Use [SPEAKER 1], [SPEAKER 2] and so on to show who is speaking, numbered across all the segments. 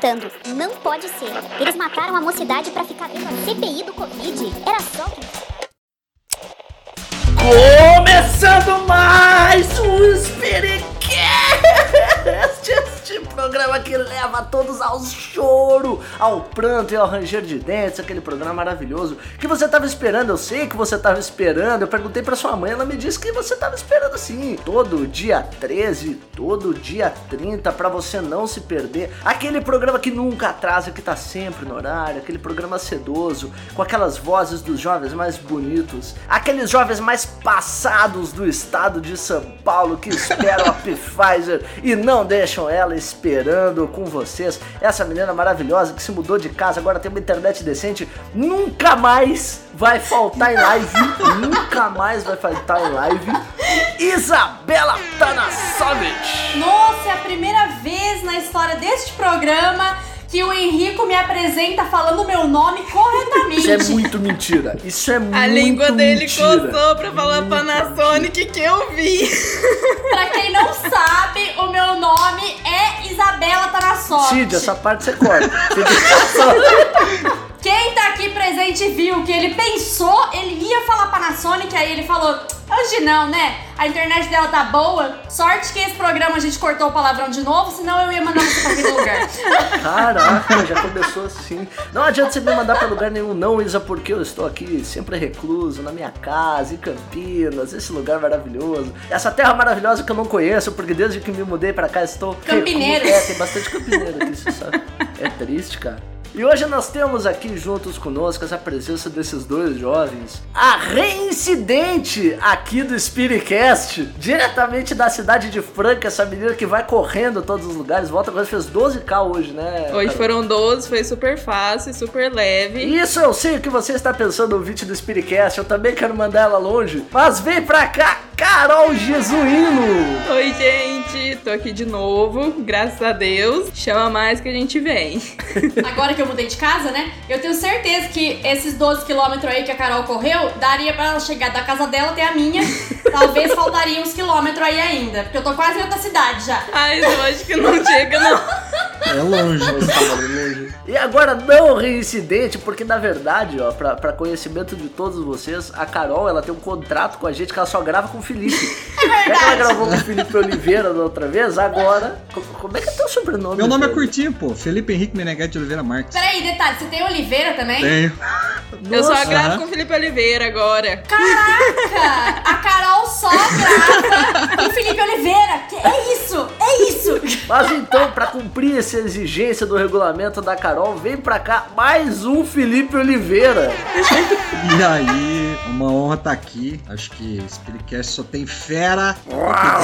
[SPEAKER 1] gritando: não pode ser. Eles mataram a mocidade pra ficar vendo a CPI do Covid. Era só que...
[SPEAKER 2] Começando mais um Spiritcast, este programa que leva todos ao choro, ao pranto e ao ranger de dentes, aquele programa maravilhoso que você tava esperando. Eu sei que você tava esperando, eu perguntei pra sua mãe, ela me disse que você tava esperando sim. Todo dia 13, todo dia 30, pra você não se perder, aquele programa que nunca atrasa, que tá sempre no horário, aquele programa sedoso, com aquelas vozes dos jovens mais bonitos, aqueles jovens mais passados do estado de São Paulo que esperam a Pfizer e não deixam ela esperando com vocês. Essa menina maravilhosa que se mudou de casa, agora tem uma internet decente, nunca mais vai faltar em live, nunca mais vai faltar em live, Isabela Tanassovic.
[SPEAKER 3] Nossa, é a primeira vez na história deste programa que o Henrico me apresenta falando meu nome corretamente.
[SPEAKER 2] Isso é muito mentira. Isso é muito mentira.
[SPEAKER 4] A língua dele coçou pra falar Panasonic que eu vi.
[SPEAKER 3] Pra quem não sabe, o meu nome é Isabela Tanassovic.
[SPEAKER 2] Cid, essa parte você corta.
[SPEAKER 3] Quem tá aqui presente viu que ele pensou, ele ia falar Panasonic, aí ele falou: hoje não, né? A internet dela tá boa. Sorte que esse programa a gente cortou o palavrão de novo, senão eu ia mandar você pra aquele lugar.
[SPEAKER 2] Caraca, já começou assim. Não adianta você me mandar pra lugar nenhum não, Isa, porque eu estou aqui sempre recluso, na minha casa, em Campinas, esse lugar maravilhoso. Essa terra maravilhosa que eu não conheço, porque desde que me mudei pra cá estou...
[SPEAKER 3] Campineiro.
[SPEAKER 2] Tem bastante campineiro aqui, você sabe. É triste, cara. E hoje nós temos aqui juntos conosco a presença desses dois jovens, a reincidente aqui do Spiritcast, diretamente da cidade de Franca, essa menina que vai correndo a todos os lugares, volta agora, fez 12K hoje, né?
[SPEAKER 4] Hoje foram 12, foi super fácil, super leve.
[SPEAKER 2] Isso, eu sei o que você está pensando, ouvinte do Spiritcast, eu também quero mandar ela longe, mas vem pra cá, Carol Jesuíno!
[SPEAKER 4] Oi, gente, tô aqui de novo, graças a Deus, chama mais que a gente vem.
[SPEAKER 3] Agora que eu mudei de casa, né? Eu tenho certeza que esses 12 quilômetros aí que a Carol correu, daria pra ela chegar da casa dela até a minha. Talvez faltaria uns quilômetros aí ainda, porque eu tô quase em outra cidade já.
[SPEAKER 4] Ai, eu acho que não chega, não.
[SPEAKER 2] É longe, longe. E agora não reincidente, porque na verdade, ó, pra conhecimento de todos vocês, a Carol, ela tem um contrato com a gente que ela só grava com o Felipe.
[SPEAKER 3] É verdade.
[SPEAKER 2] Já que ela gravou com o Felipe Oliveira da outra vez, agora... Como é que é teu sobrenome?
[SPEAKER 5] Meu nome é curtinho, pô. Felipe Henrique Meneghetti Oliveira Marques.
[SPEAKER 3] Peraí, detalhe, você tem Oliveira também?
[SPEAKER 5] Tenho.
[SPEAKER 4] Eu só gravo com o Felipe Oliveira agora.
[SPEAKER 3] Caraca! A Carol só grava com o Felipe Oliveira. Que é isso? É isso!
[SPEAKER 2] Mas então, pra cumprir essa exigência do regulamento da Carol, vem pra cá mais um Felipe Oliveira.
[SPEAKER 5] E aí, uma honra estar aqui. Acho que esse Spiritcast só tem fera.
[SPEAKER 2] Uau!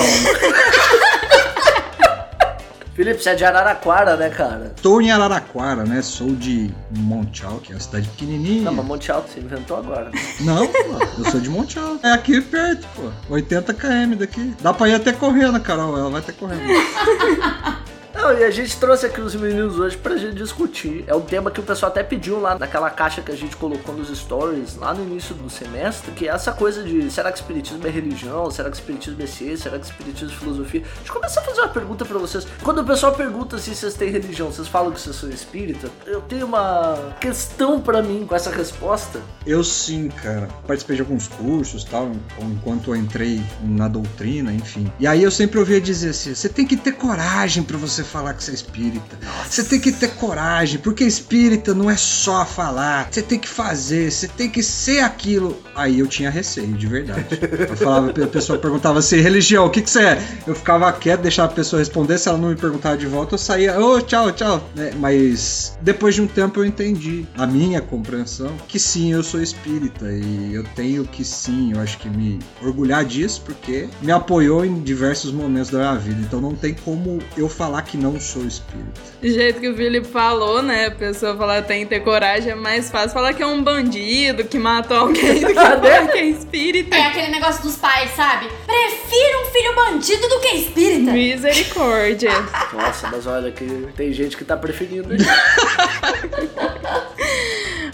[SPEAKER 2] Felipe, você é de Araraquara, né, cara?
[SPEAKER 5] Tô em Araraquara, né? Sou de Monte Alto, que é uma cidade pequenininha.
[SPEAKER 2] Não, mas Monte Alto você inventou agora.
[SPEAKER 5] Não, pô, eu sou de Monte Alto. É aqui perto, pô. 80 km daqui. Dá pra ir até correndo, Carol. Ela vai até correndo.
[SPEAKER 2] Não, e a gente trouxe aqui os meninos hoje pra gente discutir. É um tema que o pessoal até pediu lá naquela caixa que a gente colocou nos stories lá no início do semestre, que é essa coisa de será que espiritismo é religião? Será que espiritismo é ciência? Será que espiritismo é filosofia? Deixa eu começar a fazer uma pergunta pra vocês. Quando o pessoal pergunta se vocês têm religião, vocês falam que vocês são espírita? Eu tenho uma questão pra mim com essa resposta.
[SPEAKER 5] Eu sim, cara. Participei de alguns cursos e tal, enquanto eu entrei na doutrina, enfim. E aí eu sempre ouvia dizer assim, você tem que ter coragem pra você falar que você é espírita. Você tem que ter coragem, porque espírita não é só falar. Você tem que fazer, você tem que ser aquilo. Aí eu tinha receio, de verdade. Eu falava, a pessoa perguntava assim, religião, o que você é? Eu ficava quieto, deixava a pessoa responder. Se ela não me perguntava de volta, eu saía, tchau, tchau. Mas depois de um tempo eu entendi, a minha compreensão, que sim, eu sou espírita. E eu tenho que sim, eu acho que me orgulhar disso, porque me apoiou em diversos momentos da minha vida. Então não tem como eu falar que não sou espírita.
[SPEAKER 4] Do jeito que o Felipe falou, né? A pessoa falar tem que ter coragem, é mais fácil falar que é um bandido que matou alguém do que falar que é espírita.
[SPEAKER 3] É aquele negócio dos pais, sabe? Prefiro um filho bandido do que espírita.
[SPEAKER 4] Misericórdia.
[SPEAKER 2] Nossa, mas olha que tem gente que tá preferindo.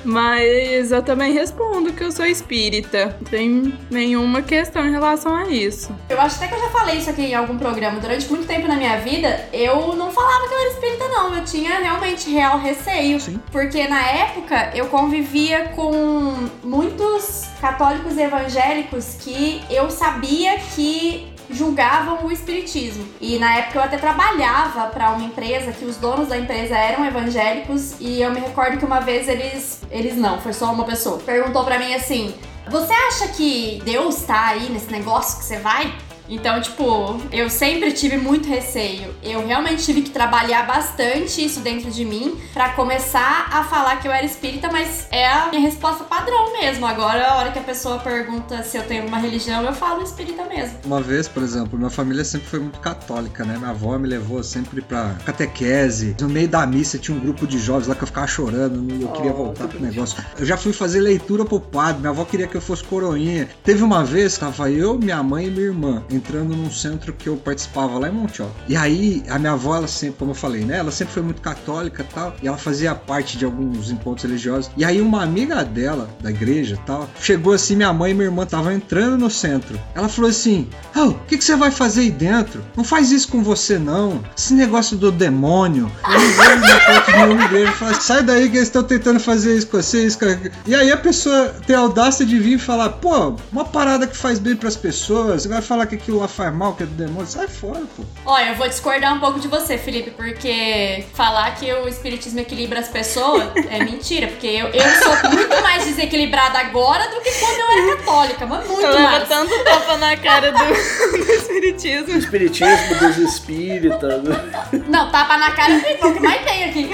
[SPEAKER 4] Mas eu também respondo que eu sou espírita. Não tem nenhuma questão em relação a isso.
[SPEAKER 3] Eu acho até que eu já falei isso aqui em algum programa. Durante muito tempo na minha vida, eu não falava que eu era espírita, não. Eu tinha realmente real receio.
[SPEAKER 5] Sim.
[SPEAKER 3] Porque na época eu convivia com muitos católicos e evangélicos que eu sabia que julgavam o espiritismo. E na época eu até trabalhava pra uma empresa que os donos da empresa eram evangélicos, e eu me recordo que uma vez eles não, foi só uma pessoa, perguntou pra mim assim: você acha que Deus tá aí nesse negócio que você vai? Então, tipo, eu sempre tive muito receio. Eu realmente tive que trabalhar bastante isso dentro de mim pra começar a falar que eu era espírita, mas é a minha resposta padrão mesmo. Agora, a hora que a pessoa pergunta se eu tenho uma religião, eu falo espírita mesmo.
[SPEAKER 5] Uma vez, por exemplo, minha família sempre foi muito católica, né? Minha avó me levou sempre pra catequese. No meio da missa tinha um grupo de jovens lá que eu ficava chorando e eu queria voltar pro negócio. Eu já fui fazer leitura pro padre, minha avó queria que eu fosse coroinha. Teve uma vez, tava eu, minha mãe e minha irmã entrando num centro que eu participava lá em Montiel. E aí, a minha avó, ela sempre, como eu falei, né? Ela sempre foi muito católica e tal, e ela fazia parte de alguns encontros religiosos. E aí, uma amiga dela, da igreja e tal, chegou assim, minha mãe e minha irmã estavam entrando no centro. Ela falou assim: o que você vai fazer aí dentro? Não faz isso com você, não. Esse negócio do demônio. Eu não vou na porta de nenhuma igreja e falar: sai daí que eles estão tentando fazer isso com vocês. E aí a pessoa tem a audácia de vir e falar: pô, uma parada que faz bem pras pessoas, você vai falar que aquilo lá faz mal, que é do demônio, sai fora, pô.
[SPEAKER 3] Olha, eu vou discordar um pouco de você, Felipe, porque falar que o espiritismo equilibra as pessoas é mentira, porque eu sou muito mais desequilibrada agora do que quando eu era católica, mas muito
[SPEAKER 4] Eu
[SPEAKER 3] mais.
[SPEAKER 4] levo tanto tapa na cara do espiritismo.
[SPEAKER 2] O espiritismo dos espíritas.
[SPEAKER 3] Não, tapa na cara é o que mais tem aqui.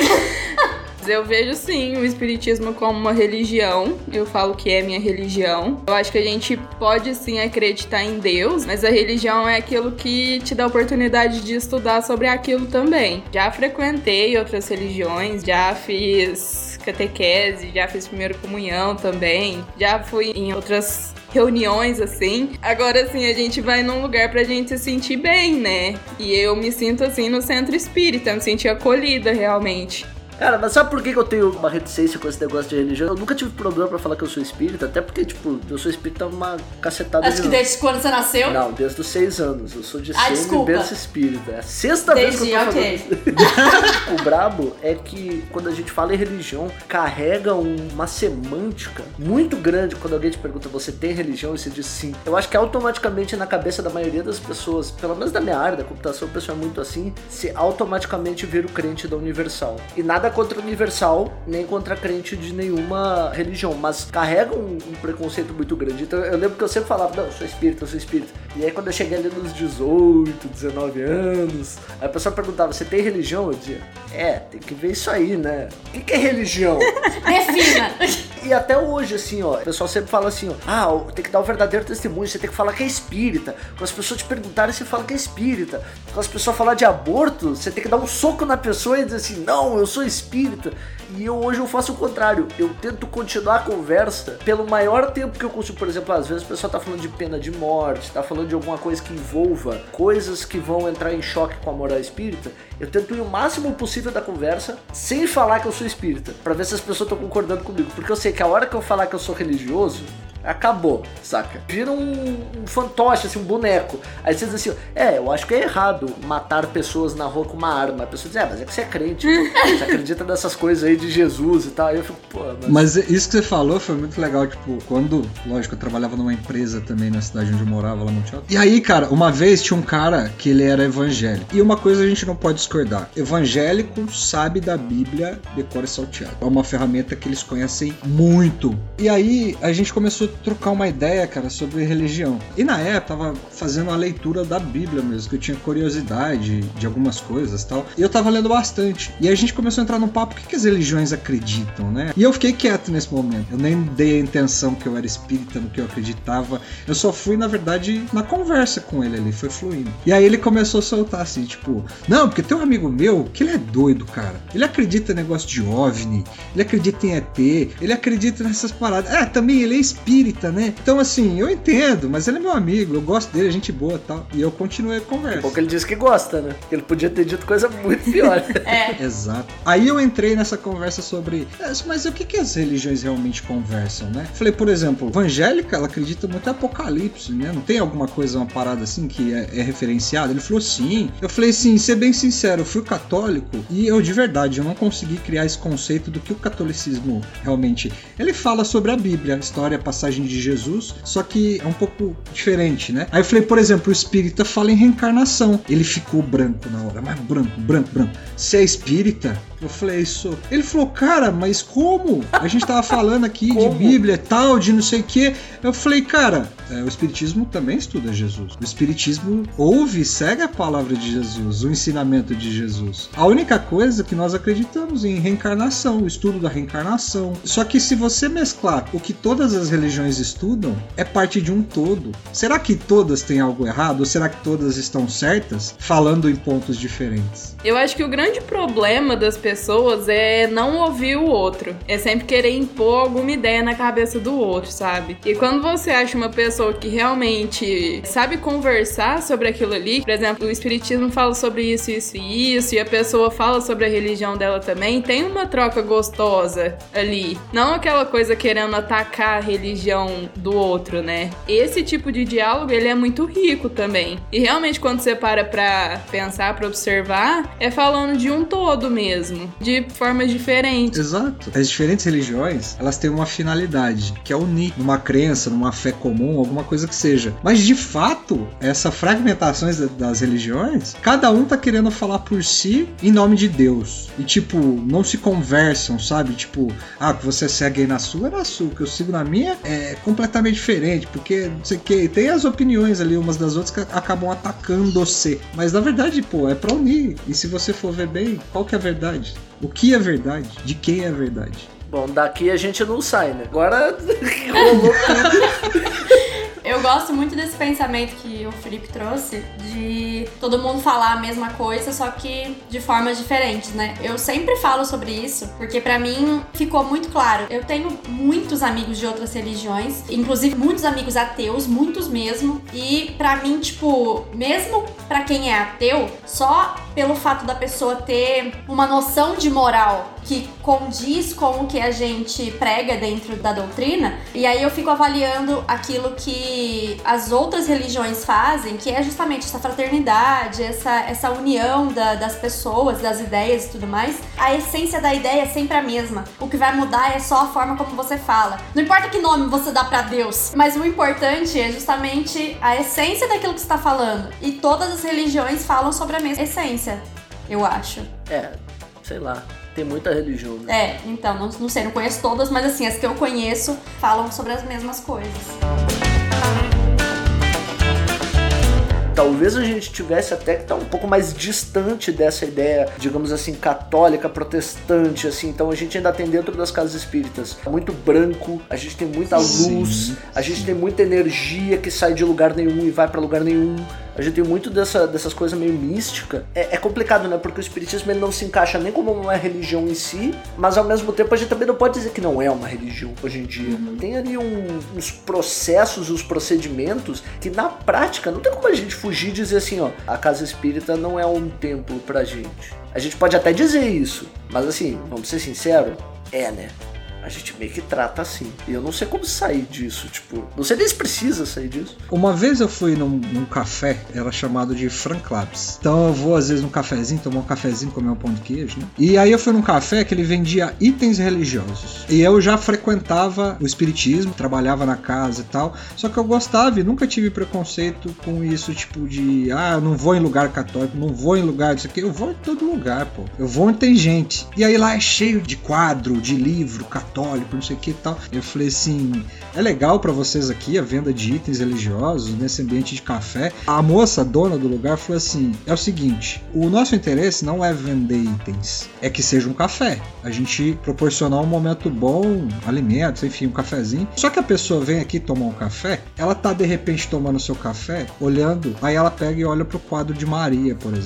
[SPEAKER 4] Eu vejo sim o espiritismo como uma religião. Eu falo que é minha religião. Eu acho que a gente pode sim acreditar em Deus, mas a religião é aquilo que te dá a oportunidade de estudar sobre aquilo também. Já frequentei outras religiões, já fiz catequese, já fiz primeira comunhão também, já fui em outras reuniões, assim. Agora, assim, a gente vai num lugar pra gente se sentir bem, né? E eu me sinto, assim, no centro espírita, me senti acolhida, realmente.
[SPEAKER 2] Cara, mas sabe por que eu tenho uma reticência com esse negócio de religião? Eu nunca tive problema pra falar que eu sou espírita, até porque, tipo, eu sou espírita uma cacetada
[SPEAKER 3] Acho que desde quando você nasceu?
[SPEAKER 2] Não, desde os 6 anos. Eu sou de berço espírita. É a 6ª vez que eu tô falando isso. O brabo é que quando a gente fala em religião, carrega uma semântica muito grande. Quando alguém te pergunta, você tem religião? E você diz sim. Eu acho que automaticamente na cabeça da maioria das pessoas, pelo menos da minha área, da computação, o pessoal é muito assim, se automaticamente vira o crente da Universal. E nada contra a Universal, nem contra crente de nenhuma religião, mas carrega um preconceito muito grande. Então eu lembro que eu sempre falava: não, eu sou espírita. E aí quando eu cheguei ali nos 18, 19 anos, aí a pessoa perguntava: você tem religião? Eu dizia: tem que ver isso aí, né? O que é religião?
[SPEAKER 3] Defina.
[SPEAKER 2] E até hoje, assim, ó, o pessoal sempre fala assim, ó: tem que dar o verdadeiro testemunho, você tem que falar que é espírita. Quando as pessoas te perguntarem, você fala que é espírita. Quando as pessoas falarem de aborto, você tem que dar um soco na pessoa e dizer assim: não, eu sou espírita. E hoje eu faço o contrário, eu tento continuar a conversa pelo maior tempo que eu consigo. Por exemplo, às vezes o pessoal tá falando de pena de morte, tá falando de alguma coisa que envolva coisas que vão entrar em choque com a moral espírita. Eu tento ir o máximo possível da conversa sem falar que eu sou espírita, pra ver se as pessoas estão concordando comigo, porque eu sei que a hora que eu falar que eu sou religioso, acabou, saca? Vira um fantoche, assim, um boneco. Aí você diz assim: eu acho que é errado matar pessoas na rua com uma arma. A pessoa diz: mas é que você é crente, você acredita nessas coisas aí de Jesus e tal. Aí eu fico: pô,
[SPEAKER 5] mas isso que você falou foi muito legal, tipo, quando, lógico, eu trabalhava numa empresa também na cidade onde eu morava, lá no Montiel. E aí, cara, uma vez tinha um cara que ele era evangélico. E uma coisa a gente não pode discordar: evangélico sabe da Bíblia decora e salteado. É uma ferramenta que eles conhecem muito. E aí a gente começou a trocar uma ideia, cara, sobre religião. E na época, eu tava fazendo a leitura da Bíblia mesmo, que eu tinha curiosidade de algumas coisas e tal. E eu tava lendo bastante. E aí a gente começou a entrar num papo: o que as religiões acreditam, né? E eu fiquei quieto nesse momento. Eu nem dei a intenção que eu era espírita, no que eu acreditava. Eu só fui, na verdade, na conversa com ele ali, foi fluindo. E aí ele começou a soltar assim, tipo: não, porque tem um amigo meu que ele é doido, cara. Ele acredita em negócio de OVNI, ele acredita em ET, ele acredita nessas paradas. Também ele é espírita. espírita, né? Então, assim, eu entendo, mas ele é meu amigo, eu gosto dele, é gente boa e tal. E eu continuei a conversa.
[SPEAKER 2] Porque ele disse que gosta, né? Porque ele podia ter dito coisa muito pior.
[SPEAKER 5] Exato. Aí eu entrei nessa conversa sobre, mas o que as religiões realmente conversam, né? Falei, por exemplo, evangélica, ela acredita muito em Apocalipse, né? Não tem alguma coisa, uma parada assim que é referenciada? Ele falou sim. Eu falei assim, ser bem sincero, eu fui católico e eu de verdade, eu não consegui criar esse conceito do que o catolicismo realmente... Ele fala sobre a Bíblia, a história, a passagem de Jesus, só que é um pouco diferente, né? Aí eu falei, por exemplo, o espírita fala em reencarnação. Ele ficou branco na hora, mas branco. Você é espírita? Eu falei, isso. Ele falou, cara, mas como? A gente tava falando aqui de Bíblia e tal, de não sei o quê. Eu falei, cara, o espiritismo também estuda Jesus. O espiritismo ouve e segue a palavra de Jesus, o ensinamento de Jesus. A única coisa que nós acreditamos em reencarnação, o estudo da reencarnação. Só que se você mesclar o que todas as religiões estudam, é parte de um todo. Será que todas têm algo errado? Ou será que todas estão certas, falando em pontos diferentes?
[SPEAKER 4] Eu acho que o grande problema das pessoas é não ouvir o outro. É sempre querer impor alguma ideia na cabeça do outro, sabe? E quando você acha uma pessoa que realmente sabe conversar sobre aquilo ali, por exemplo, o espiritismo fala sobre isso, e a pessoa fala sobre a religião dela também, tem uma troca gostosa ali. Não aquela coisa querendo atacar a religião do outro, né? Esse tipo de diálogo, ele é muito rico também. E realmente, quando você para pra pensar, pra observar, é falando de um todo mesmo, de formas diferentes.
[SPEAKER 5] Exato. As diferentes religiões, elas têm uma finalidade, que é unir numa crença, numa fé comum, alguma coisa que seja. Mas, de fato, essa fragmentação das religiões, cada um tá querendo falar por si em nome de Deus. E, tipo, não se conversam, sabe? Tipo, que você segue aí na sua, é na sua. O que eu sigo na minha é completamente diferente, porque, não sei o que, tem as opiniões ali umas das outras que acabam atacando-se. Mas, na verdade, pô, é pra unir. E se você for ver bem, qual que é a verdade? O que é verdade? De quem é a verdade?
[SPEAKER 2] Bom, daqui a gente não sai, né? Agora rolou tudo.
[SPEAKER 3] Eu gosto muito desse pensamento que o Felipe trouxe, de todo mundo falar a mesma coisa, só que de formas diferentes, né? Eu sempre falo sobre isso, porque pra mim ficou muito claro. Eu tenho muitos amigos de outras religiões, inclusive muitos amigos ateus, muitos mesmo, e pra mim, tipo, mesmo pra quem é ateu, só pelo fato da pessoa ter uma noção de moral que condiz com o que a gente prega dentro da doutrina, e aí eu fico avaliando aquilo que as outras religiões fazem, que é justamente essa fraternidade, essa união das pessoas, das ideias e tudo mais. A essência da ideia é sempre a mesma. O que vai mudar é só a forma como você fala. Não importa que nome você dá pra Deus, mas o importante é justamente a essência daquilo que você tá falando. E todas as religiões falam sobre a mesma essência, eu acho.
[SPEAKER 2] Sei lá. Tem muita religião, né?
[SPEAKER 3] Então, não sei, não conheço todas, mas assim, as que eu conheço falam sobre as mesmas coisas.
[SPEAKER 2] Talvez a gente tivesse até que estar um pouco mais distante dessa ideia, digamos assim, católica, protestante, assim. Então a gente ainda tem dentro das casas espíritas muito branco, a gente tem muita luz, a gente tem muita energia que sai de lugar nenhum e vai pra lugar nenhum. A gente tem muito dessas coisas meio mística. É complicado, né? Porque o espiritismo ele não se encaixa nem como uma religião em si, mas ao mesmo tempo a gente também não pode dizer que não é uma religião hoje em dia. Tem ali uns processos, uns procedimentos que na prática não tem como a gente fugir e dizer assim, a casa espírita não é um templo pra gente. A gente pode até dizer isso, mas assim, vamos ser sinceros, né? A gente meio que trata assim. E eu não sei como sair disso, tipo... Não sei nem se precisa sair disso.
[SPEAKER 5] Uma vez eu fui num café, era chamado de Frank Labs. Então eu vou às vezes num cafezinho, tomar um cafezinho, comer um pão de queijo, né? E aí eu fui num café que ele vendia itens religiosos. E eu já frequentava o espiritismo, trabalhava na casa e tal. Só que eu gostava e nunca tive preconceito com isso, tipo de... eu não vou em lugar católico, não vou em lugar disso aqui. Eu vou em todo lugar, pô. Eu vou onde tem gente. E aí lá é cheio de quadro, de livro, católico, não sei o que e tal. Eu falei assim, é legal pra vocês aqui a venda de itens religiosos nesse ambiente de café. A moça, dona do lugar, falou assim, é o seguinte, o nosso interesse não é vender itens, é que seja um café. A gente proporcionar um momento bom, alimentos, enfim, um cafezinho. Só que a pessoa vem aqui tomar um café, ela tá de repente tomando seu café, olhando, aí ela pega e olha pro quadro de Maria, por exemplo.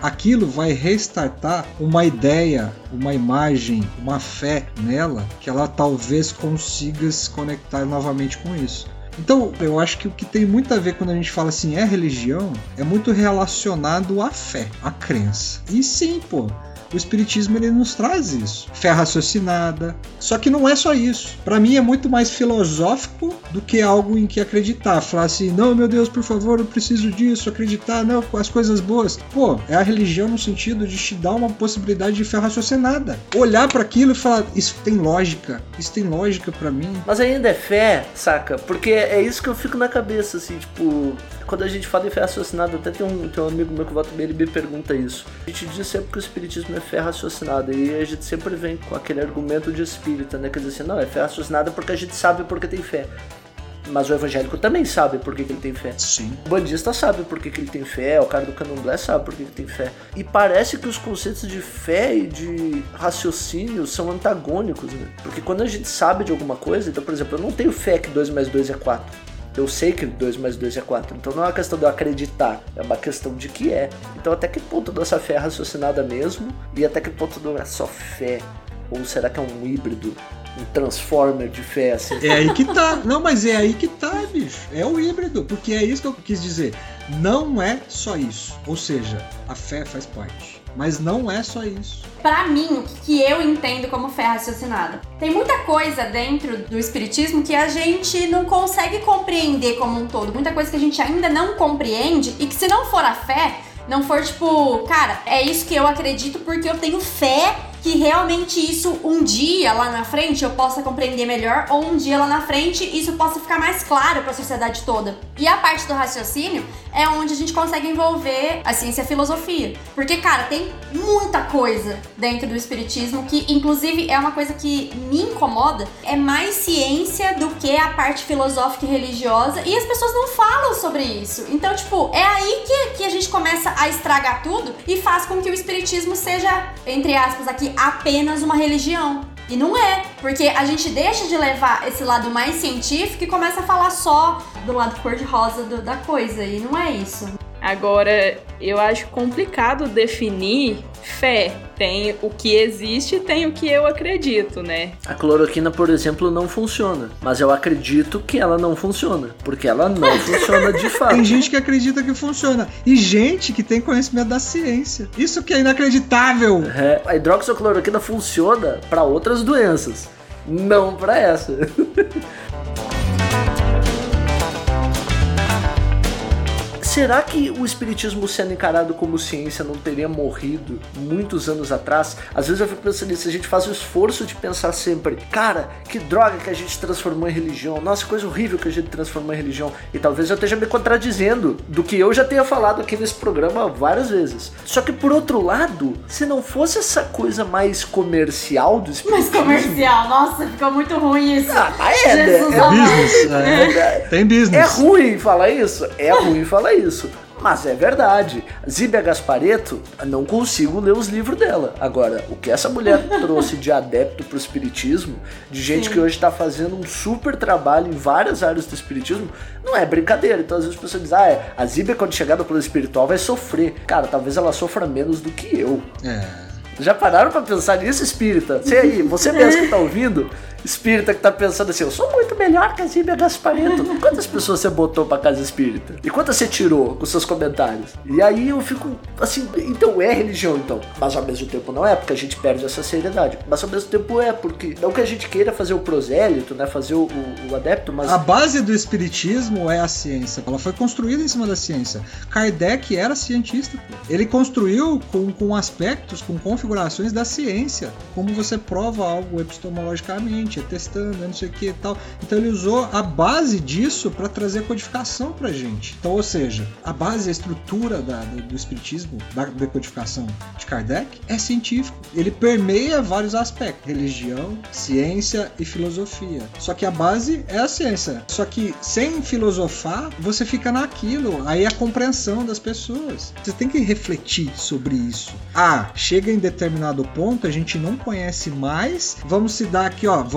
[SPEAKER 5] aquilo vai restartar uma ideia, uma imagem, uma fé nela, que ela talvez consiga se conectar novamente com isso. Então, eu acho que o que tem muito a ver quando a gente fala assim, é religião, é muito relacionado à fé, à crença. E sim, pô, o espiritismo ele nos traz isso. Fé raciocinada. Só que não é só isso. Para mim é muito mais filosófico do que algo em que acreditar. Falar assim, não, meu Deus, por favor, eu preciso disso. Acreditar, não, as coisas boas. Pô, é a religião no sentido de te dar uma possibilidade de fé raciocinada. Olhar para aquilo e falar, isso tem lógica. Isso tem lógica para mim.
[SPEAKER 2] Mas ainda é fé, saca? Porque é isso que eu fico na cabeça, assim, tipo... Quando a gente fala em fé raciocinada, até tem um amigo meu que volta bem, ele me pergunta isso. A gente diz sempre que o espiritismo é fé raciocinada, e a gente sempre vem com aquele argumento de espírita, né? Quer dizer assim, não, é fé raciocinada porque a gente sabe porque tem fé. Mas o evangélico também sabe por que ele tem fé.
[SPEAKER 5] Sim.
[SPEAKER 2] O bandista sabe por que ele tem fé, o cara do candomblé sabe por que ele tem fé. E parece que os conceitos de fé e de raciocínio são antagônicos, né? Porque quando a gente sabe de alguma coisa, então, por exemplo, eu não tenho fé que 2 mais 2 é 4. Eu sei que 2 mais 2 é 4, então não é uma questão de eu acreditar, é uma questão de que é. Então até que ponto dessa fé é raciocinada mesmo, e até que ponto não é só fé, ou será que é um híbrido, um transformer de fé, assim?
[SPEAKER 5] É aí que tá, não, mas é aí que tá, bicho, é o híbrido, porque é isso que eu quis dizer, não é só isso, ou seja, a fé faz parte. Mas não é só isso.
[SPEAKER 3] Pra mim, o que eu entendo como fé raciocinada? Tem muita coisa dentro do espiritismo que a gente não consegue compreender como um todo. Muita coisa que a gente ainda não compreende e que se não for a fé, não for tipo, cara, é isso que eu acredito porque eu tenho fé que realmente isso um dia lá na frente eu possa compreender melhor, ou um dia lá na frente isso possa ficar mais claro para a sociedade toda. E a parte do raciocínio é onde a gente consegue envolver a ciência e a filosofia. Porque, cara, tem muita coisa dentro do espiritismo que, inclusive, é uma coisa que me incomoda. É mais ciência do que a parte filosófica e religiosa, e as pessoas não falam sobre isso. Então, tipo, é aí que a gente começa a estragar tudo e faz com que o espiritismo seja, entre aspas aqui, apenas uma religião. E não é, porque a gente deixa de levar esse lado mais científico e começa a falar só do lado cor-de-rosa da coisa, e não é isso.
[SPEAKER 4] Agora, eu acho complicado definir fé. Tem o que existe e tem o que eu acredito, né?
[SPEAKER 2] A cloroquina, por exemplo, não funciona. Mas eu acredito que ela não funciona. Porque ela não funciona de fato.
[SPEAKER 5] Tem gente que acredita que funciona. E gente que tem conhecimento da ciência. Isso que é inacreditável.
[SPEAKER 2] A hidroxicloroquina funciona para outras doenças. Não para essa. Será que o espiritismo sendo encarado como ciência não teria morrido muitos anos atrás? Às vezes eu fico pensando nisso, a gente faz o esforço de pensar sempre, cara, que droga que a gente transformou em religião, nossa, coisa horrível que a gente transformou em religião. E talvez eu esteja me contradizendo do que eu já tenha falado aqui nesse programa várias vezes. Só que por outro lado, se não fosse essa coisa mais comercial do espiritismo...
[SPEAKER 3] Mais comercial, nossa, ficou muito ruim isso.
[SPEAKER 2] Ah, é
[SPEAKER 5] business, tem business.
[SPEAKER 2] É ruim falar isso? É ruim falar isso. Mas é verdade. Zíbia Gasparetto, não consigo ler os livros dela. Agora, o que essa mulher trouxe de adepto pro espiritismo, de gente que hoje tá fazendo um super trabalho em várias áreas do espiritismo, não é brincadeira. Então às vezes as pessoas dizem, a Zíbia quando chegar no plano espiritual vai sofrer. Cara, talvez ela sofra menos do que eu. Já pararam pra pensar nisso, espírita? Você mesmo que tá ouvindo, espírita que tá pensando assim, eu sou muito melhor que a Zíbia Gasparetto. Quantas pessoas você botou pra casa espírita? E quantas você tirou com seus comentários? E aí eu fico assim, então é religião então. Mas ao mesmo tempo não é, porque a gente perde essa seriedade. Mas ao mesmo tempo é, porque não que a gente queira fazer o prosélito, né, fazer o adepto, mas...
[SPEAKER 5] A base do espiritismo é a ciência. Ela foi construída em cima da ciência. Kardec era cientista. Ele construiu com aspectos, com configurações da ciência. Como você prova algo epistemologicamente, testando, não sei o que e tal. Então ele usou a base disso para trazer a codificação pra gente. Então, ou seja, a base, a estrutura do espiritismo, da decodificação de Kardec, é científico. Ele permeia vários aspectos: religião, ciência e filosofia. Só que a base é a ciência. Só que sem filosofar, você fica naquilo. Aí é a compreensão das pessoas. Você tem que refletir sobre isso. Chega em determinado ponto, a gente não conhece mais, vamos se dar aqui, vamos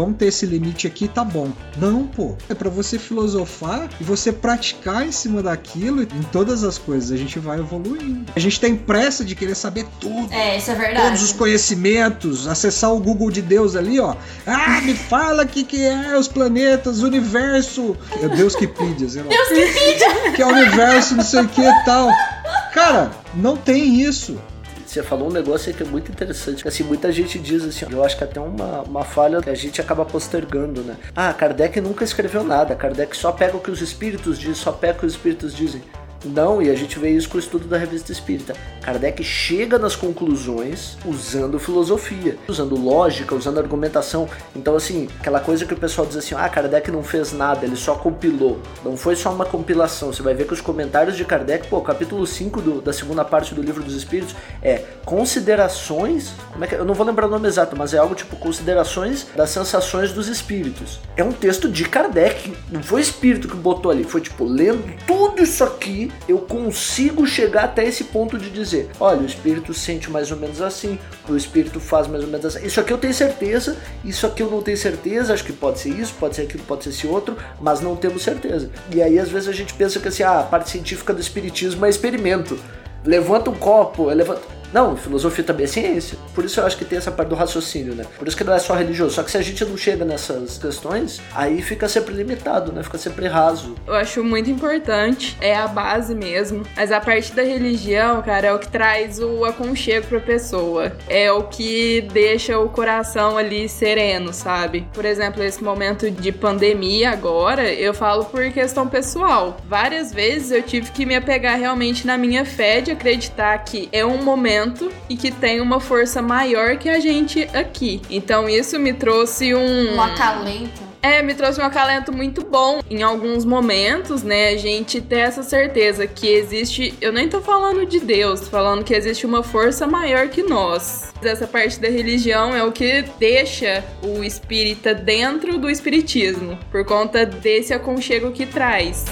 [SPEAKER 5] vamos ter esse limite aqui, tá bom. Não, pô. É pra você filosofar e você praticar em cima daquilo, em todas as coisas. A gente vai evoluindo. A gente tem pressa de querer saber tudo.
[SPEAKER 3] Isso é verdade.
[SPEAKER 5] Todos os conhecimentos, acessar o Google de Deus ali, ó. Me fala o que é os planetas, o universo. É Deus que pede, sei lá.
[SPEAKER 3] Deus que pede!
[SPEAKER 5] Que é o universo, não sei o que e tal. Cara, não tem isso.
[SPEAKER 2] Você falou um negócio aí que é muito interessante. Assim, muita gente diz assim, eu acho que até uma falha que a gente acaba postergando, né? Kardec nunca escreveu nada. Kardec só pega o que os espíritos dizem, só pega o que os espíritos dizem. Não, e a gente vê isso com o estudo da Revista Espírita. Kardec chega nas conclusões usando filosofia, usando lógica, usando argumentação. Então, assim, aquela coisa que o pessoal diz assim, Kardec não fez nada, ele só compilou. Não foi só uma compilação. Você vai ver que os comentários de Kardec, capítulo 5 da segunda parte do Livro dos Espíritos é considerações, eu não vou lembrar o nome exato, mas é algo tipo considerações das sensações dos espíritos. É um texto de Kardec, não foi o espírito que botou ali, foi tipo, lendo tudo isso aqui, eu consigo chegar até esse ponto de dizer, olha, o espírito sente mais ou menos assim, o espírito faz mais ou menos assim, isso aqui eu tenho certeza, isso aqui eu não tenho certeza, acho que pode ser isso, pode ser aquilo, pode ser esse outro, mas não temos certeza. E aí às vezes a gente pensa que assim, a parte científica do espiritismo é experimento, levanta um copo, Não, filosofia também é ciência. Por isso eu acho que tem essa parte do raciocínio, né? Por isso que não é só religioso. Só que se a gente não chega nessas questões, aí fica sempre limitado, né? Fica sempre raso.
[SPEAKER 4] Eu acho muito importante, é a base mesmo. Mas a parte da religião, cara, é o que traz o aconchego pra pessoa. É o que deixa o coração ali sereno, sabe? Por exemplo, esse momento de pandemia agora, eu falo por questão pessoal. Várias vezes eu tive que me apegar realmente na minha fé de acreditar que é um momento e que tem uma força maior que a gente aqui. Então isso me trouxe um
[SPEAKER 3] acalento.
[SPEAKER 4] Me trouxe um acalento muito bom. Em alguns momentos, né, a gente ter essa certeza que existe... Eu nem tô falando de Deus, tô falando que existe uma força maior que nós. Essa parte da religião é o que deixa o espírita dentro do espiritismo, por conta desse aconchego que traz.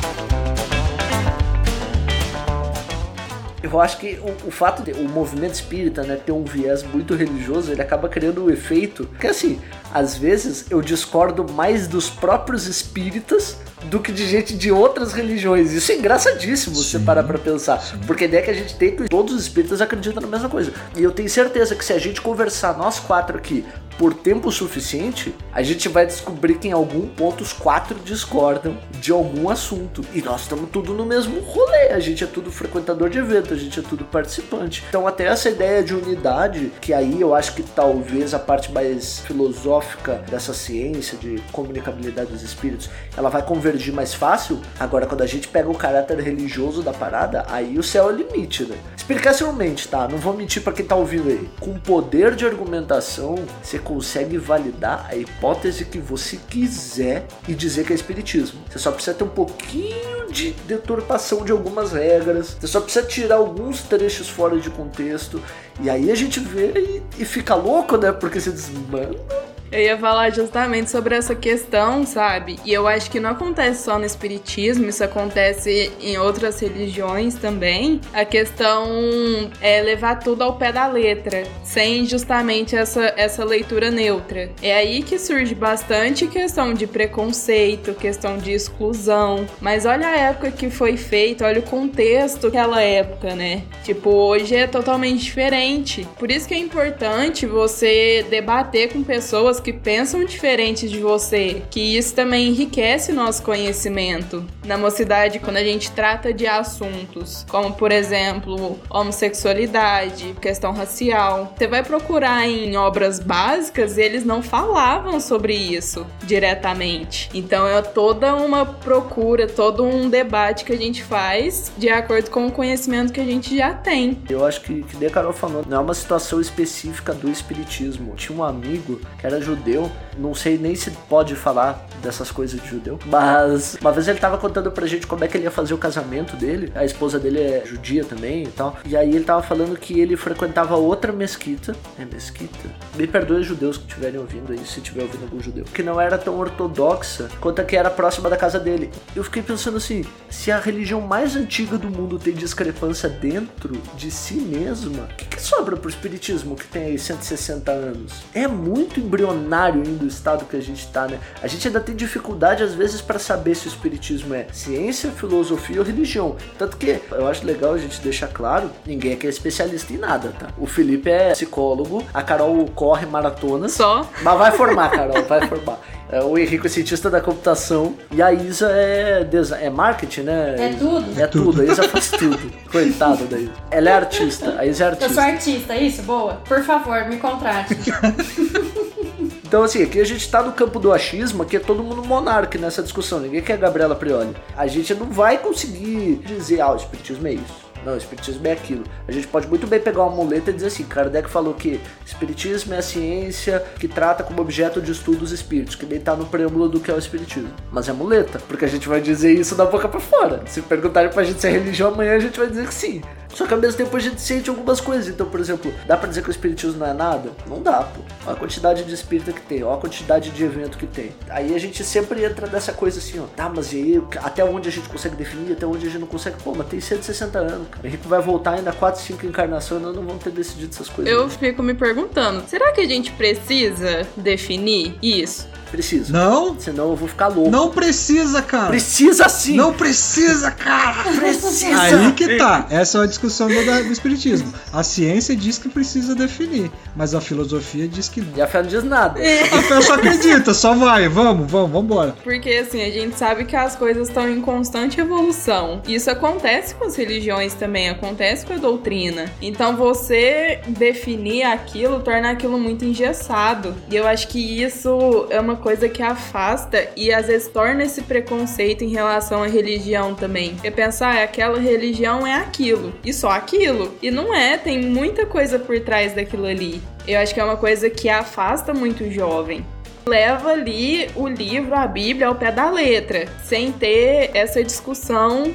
[SPEAKER 2] Eu acho que o fato de o movimento espírita, né, ter um viés muito religioso, ele acaba criando um efeito que, assim, às vezes eu discordo mais dos próprios espíritas do que de gente de outras religiões. Isso é engraçadíssimo, você parar pra pensar. Sim. Porque a ideia que a gente tem é que todos os espíritas acreditam na mesma coisa. E eu tenho certeza que se a gente conversar, nós quatro aqui, por tempo suficiente, a gente vai descobrir que em algum ponto os quatro discordam de algum assunto. E nós estamos tudo no mesmo rolê. A gente é tudo frequentador de evento, a gente é tudo participante. Então até essa ideia de unidade, que aí eu acho que talvez a parte mais filosófica dessa ciência de comunicabilidade dos espíritos, ela vai convergir mais fácil. Agora quando a gente pega o caráter religioso da parada, aí o céu é o limite, né? Explicacionalmente, tá? Não vou mentir pra quem tá ouvindo aí. Com poder de argumentação, você consegue validar a hipótese que você quiser e dizer que é espiritismo. Você só precisa ter um pouquinho de deturpação de algumas regras, você só precisa tirar alguns trechos fora de contexto, e aí a gente vê e fica louco, né? Porque você diz, mano...
[SPEAKER 4] Eu ia falar justamente sobre essa questão, sabe? E eu acho que não acontece só no espiritismo, isso acontece em outras religiões também. A questão é levar tudo ao pé da letra, sem justamente essa leitura neutra. É aí que surge bastante questão de preconceito, questão de exclusão. Mas olha a época que foi feito, olha o contexto daquela época, né? Tipo, hoje é totalmente diferente. Por isso que é importante você debater com pessoas que pensam diferente de você, que isso também enriquece nosso conhecimento. Na mocidade, quando a gente trata de assuntos como, por exemplo, homossexualidade, questão racial, você vai procurar em obras básicas e eles não falavam sobre isso diretamente. Então é toda uma procura, todo um debate que a gente faz de acordo com o conhecimento que a gente já tem.
[SPEAKER 2] Eu acho que nem a Carol falou, não é uma situação específica do espiritismo. Tinha um amigo que era judeu, não sei nem se pode falar dessas coisas de judeu, mas uma vez ele tava contando pra gente como é que ele ia fazer o casamento dele, a esposa dele é judia também e tal, e aí ele tava falando que ele frequentava outra mesquita, me perdoe os judeus que estiverem ouvindo aí, se estiver ouvindo algum judeu, que não era tão ortodoxa quanto a que era próxima da casa dele. Eu fiquei pensando assim, se a religião mais antiga do mundo tem discrepância dentro de si mesma, o que sobra pro espiritismo que tem aí 160 anos? É muito embrionário embrionário ainda o estado que a gente tá, né? A gente ainda tem dificuldade às vezes para saber se o espiritismo é ciência, filosofia ou religião. Tanto que eu acho legal a gente deixar claro, ninguém aqui é especialista em nada, tá? O Felipe é psicólogo, a Carol corre maratonas.
[SPEAKER 4] Só.
[SPEAKER 2] Mas vai formar, Carol, vai formar. O Henrique é cientista da computação e a Isa é marketing, né?
[SPEAKER 3] É tudo.
[SPEAKER 2] É tudo, a Isa faz tudo. Coitada da Isa. Ela é artista, a Isa é artista.
[SPEAKER 3] Eu sou artista, isso? Boa. Por favor, me contrate.
[SPEAKER 2] Então assim, aqui a gente tá no campo do achismo, aqui é todo mundo monarca nessa discussão, ninguém quer Gabriela Prioli. A gente não vai conseguir dizer, o espiritismo é isso. Não, o espiritismo é aquilo. A gente pode muito bem pegar uma muleta e dizer assim, Kardec falou que espiritismo é a ciência que trata como objeto de estudo os espíritos, que nem tá no preâmbulo do que é o espiritismo. Mas é muleta, porque a gente vai dizer isso da boca pra fora. Se perguntarem pra gente se é religião amanhã, a gente vai dizer que sim. Só que ao mesmo tempo a gente sente algumas coisas. Então, por exemplo, dá pra dizer que o espiritismo não é nada? Não dá, pô. Olha a quantidade de espírita que tem, olha a quantidade de evento que tem. Aí a gente sempre entra nessa coisa assim, mas e aí, até onde a gente consegue definir, até onde a gente não consegue? Pô, mas tem 160 anos, cara. O Henrique vai voltar ainda 4, 5 encarnações e nós não vamos ter decidido essas coisas.
[SPEAKER 4] Eu fico me perguntando, será que a gente precisa definir isso?
[SPEAKER 2] Precisa.
[SPEAKER 5] Não.
[SPEAKER 2] Senão eu vou ficar louco.
[SPEAKER 5] Não precisa, cara.
[SPEAKER 2] Precisa sim.
[SPEAKER 5] Não precisa, cara.
[SPEAKER 2] Precisa.
[SPEAKER 5] Aí que tá. Essa é a discussão do espiritismo. A ciência diz que precisa definir, mas a filosofia diz que não.
[SPEAKER 2] E a fé não diz nada.
[SPEAKER 5] A fé só acredita, só vai. Vamos embora.
[SPEAKER 4] Porque assim, a gente sabe que as coisas estão em constante evolução. Isso acontece com as religiões também, acontece com a doutrina. Então você definir aquilo, torna aquilo muito engessado. E eu acho que isso é uma coisa que afasta e às vezes torna esse preconceito em relação à religião também. Porque pensar, aquela religião é aquilo, e só aquilo. E não é, tem muita coisa por trás daquilo ali. Eu acho que é uma coisa que afasta muito o jovem. Leva ali o livro, a Bíblia, ao pé da letra, sem ter essa discussão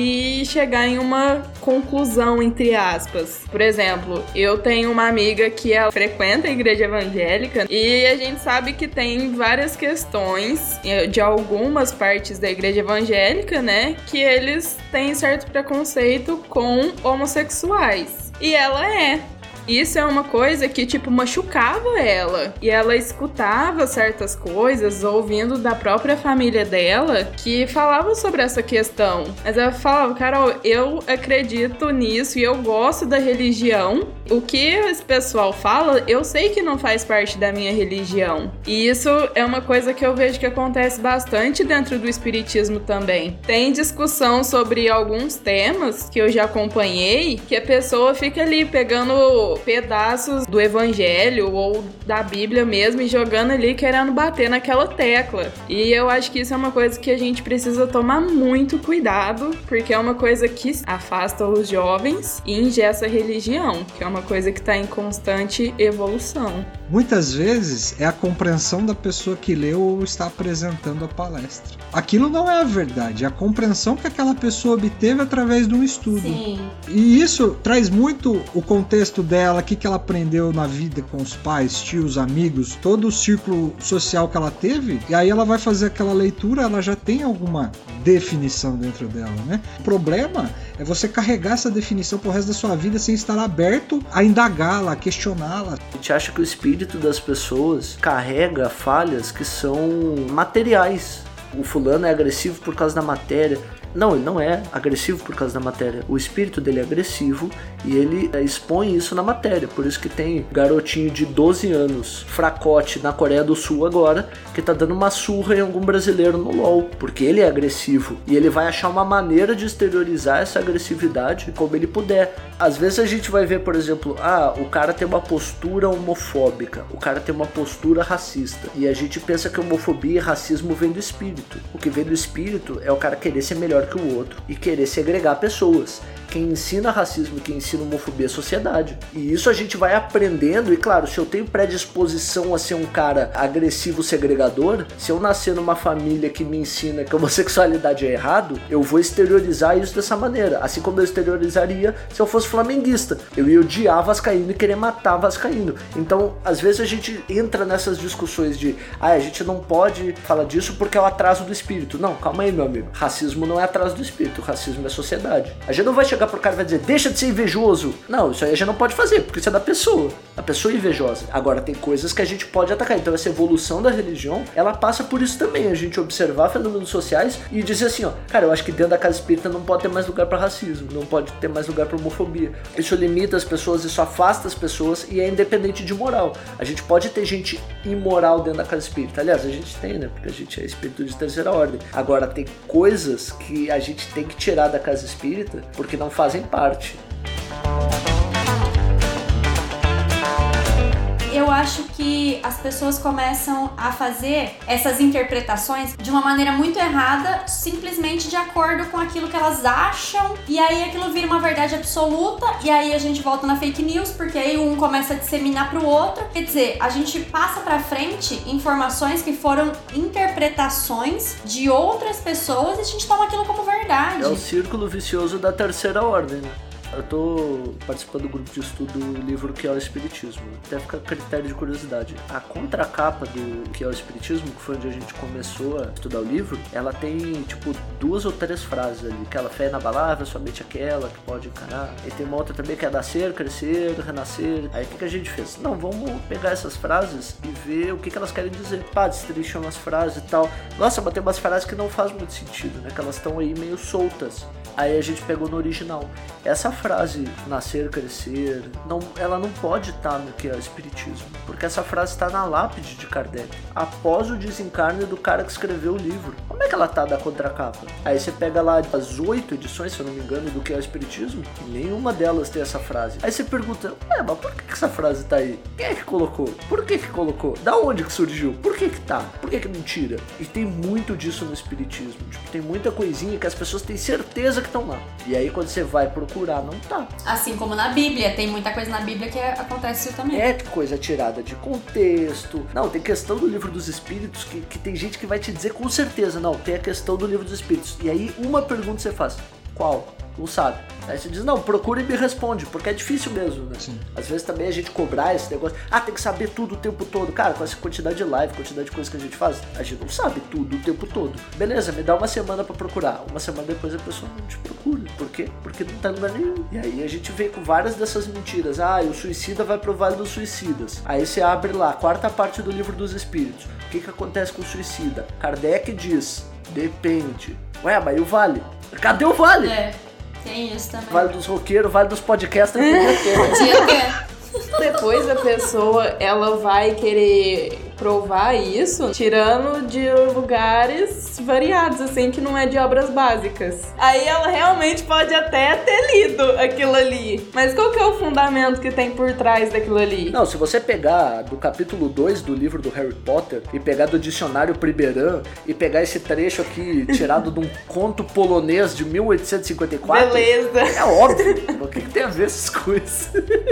[SPEAKER 4] e chegar em uma conclusão, entre aspas. Por exemplo, eu tenho uma amiga que ela frequenta a igreja evangélica e a gente sabe que tem várias questões de algumas partes da igreja evangélica, né, que eles têm certo preconceito com homossexuais. E ela é. Isso é uma coisa que, machucava ela. E ela escutava certas coisas, ouvindo da própria família dela, que falava sobre essa questão. Mas ela falava, Carol, eu acredito nisso e eu gosto da religião. O que esse pessoal fala, eu sei que não faz parte da minha religião. E isso é uma coisa que eu vejo que acontece bastante dentro do espiritismo também. Tem discussão sobre alguns temas que eu já acompanhei, que a pessoa fica ali pegando pedaços do evangelho ou da Bíblia mesmo e jogando ali, querendo bater naquela tecla. E eu acho que isso é uma coisa que a gente precisa tomar muito cuidado, porque é uma coisa que afasta os jovens e engessa a religião, que é uma coisa que está em constante evolução.
[SPEAKER 5] Muitas vezes é a compreensão da pessoa que leu ou está apresentando a palestra. Aquilo não é a verdade, é a compreensão que aquela pessoa obteve através de um estudo.
[SPEAKER 3] Sim.
[SPEAKER 5] E isso traz muito o contexto dela, o que ela aprendeu na vida com os pais, tios, amigos, todo o círculo social que ela teve, e aí ela vai fazer aquela leitura, ela já tem alguma definição dentro dela, né? O problema é você carregar essa definição pro resto da sua vida sem estar aberto a indagá-la, a questioná-la.
[SPEAKER 2] A gente acha que o espírito das pessoas carrega falhas que são materiais. O fulano é agressivo por causa da matéria. Não, ele não é agressivo por causa da matéria. O espírito dele é agressivo e ele expõe isso na matéria. Por isso que tem garotinho de 12 anos, fracote, na Coreia do Sul agora, que tá dando uma surra em algum brasileiro no LOL. Porque ele é agressivo e ele vai achar uma maneira de exteriorizar essa agressividade como ele puder. Às vezes a gente vai ver, por exemplo, o cara tem uma postura homofóbica, o cara tem uma postura racista. E a gente pensa que homofobia e racismo vem do espírito. O que vem do espírito é o cara querer ser melhor que o outro e querer segregar pessoas. Quem ensina racismo e quem ensina homofobia é a sociedade. E isso a gente vai aprendendo, e claro, se eu tenho predisposição a ser um cara agressivo segregador, se eu nascer numa família que me ensina que a homossexualidade é errado, eu vou exteriorizar isso dessa maneira, assim como eu exteriorizaria se eu fosse flamenguista. Eu ia odiar vascaíno e querer matar vascaíno. Então, às vezes a gente entra nessas discussões de a gente não pode falar disso porque é o atraso do espírito. Não, calma aí, meu amigo. Racismo não é atraso do espírito, racismo é sociedade. A gente não vai chegar chegar pro cara e vai dizer, deixa de ser invejoso. Não, isso aí a gente não pode fazer, porque isso é da pessoa. A pessoa é invejosa. Agora, tem coisas que a gente pode atacar. Então, essa evolução da religião, ela passa por isso também. A gente observar fenômenos sociais e dizer assim, ó, cara, eu acho que dentro da casa espírita não pode ter mais lugar pra racismo, não pode ter mais lugar pra homofobia. Isso limita as pessoas, isso afasta as pessoas e é independente de moral. A gente pode ter gente imoral dentro da casa espírita. Aliás, a gente tem, né? Porque a gente é espírito de terceira ordem. Agora, tem coisas que a gente tem que tirar da casa espírita porque não fazem parte.
[SPEAKER 3] Eu acho que as pessoas começam a fazer essas interpretações de uma maneira muito errada, simplesmente de acordo com aquilo que elas acham, e aí aquilo vira uma verdade absoluta, e aí a gente volta na fake news, porque aí um começa a disseminar pro outro. Quer dizer, a gente passa pra frente informações que foram interpretações de outras pessoas e a gente toma aquilo como verdade.
[SPEAKER 2] É o círculo vicioso da terceira ordem, né? Eu tô participando do grupo de estudo do livro Que é o Espiritismo. Até fica a critério de curiosidade. A contracapa do Que é o Espiritismo, que foi onde a gente começou a estudar o livro, ela tem, tipo, 2 ou 3 frases ali. Aquela fé inabalável, somente aquela que pode encarar. E tem uma outra também que é nascer, crescer, renascer. Aí o que a gente fez? Não, vamos pegar essas frases e ver o que elas querem dizer. Pá, destrincham as frases e tal. Nossa, mas tem umas frases que não faz muito sentido, né? Que elas estão aí meio soltas. Aí a gente pegou no original. Essa frase, nascer, crescer, ela não pode estar no Que é o Espiritismo, porque essa frase está na lápide de Kardec, após o desencarne do cara que escreveu o livro. Como é que ela tá da contracapa? Aí você pega lá as 8 edições, se eu não me engano, do Que é o Espiritismo, e nenhuma delas tem essa frase. Aí você pergunta, mas por que essa frase tá aí? Quem é que colocou? Por que colocou? Da onde que surgiu? Por que tá? Por que não tira? E tem muito disso no Espiritismo. Tipo, tem muita coisinha que as pessoas têm certeza que estão lá. E aí quando você vai procurar, não tá.
[SPEAKER 3] Assim como na Bíblia, tem muita coisa na Bíblia que acontece isso também.
[SPEAKER 2] É coisa tirada de contexto. Não, tem questão do Livro dos Espíritos que tem gente que vai te dizer com certeza. Não, tem a questão do Livro dos Espíritos. E aí uma pergunta você faz, qual? Não sabe. Aí você diz, não, procura e me responde, porque é difícil mesmo, né? Sim. Às vezes também a gente cobrar esse negócio, tem que saber tudo o tempo todo. Cara, com essa quantidade de live, quantidade de coisas que a gente faz, a gente não sabe tudo o tempo todo. Beleza, me dá uma semana pra procurar. Uma semana depois a pessoa não te procura. Por quê? Porque não tá em lugar nenhum. E aí a gente vem com várias dessas mentiras. O suicida vai pro Vale dos Suicidas. Aí você abre lá, a 4ª parte do Livro dos Espíritos. O que acontece com o suicida? Kardec diz, depende. Ué, mas e o Vale? Cadê o Vale?
[SPEAKER 3] Tem isso também.
[SPEAKER 2] Vale dos roqueiros, Vale dos podcasters.
[SPEAKER 3] Podia ter.
[SPEAKER 4] Depois a pessoa, ela vai querer provar isso tirando de lugares variados, assim, que não é de obras básicas. Aí ela realmente pode até ter lido aquilo ali. Mas qual que é o fundamento que tem por trás daquilo ali?
[SPEAKER 2] Não, se você pegar do capítulo 2 do livro do Harry Potter e pegar do dicionário Priberan e pegar esse trecho aqui tirado de um conto polonês de 1854...
[SPEAKER 4] Beleza.
[SPEAKER 2] É óbvio. O que tem a ver essas coisas?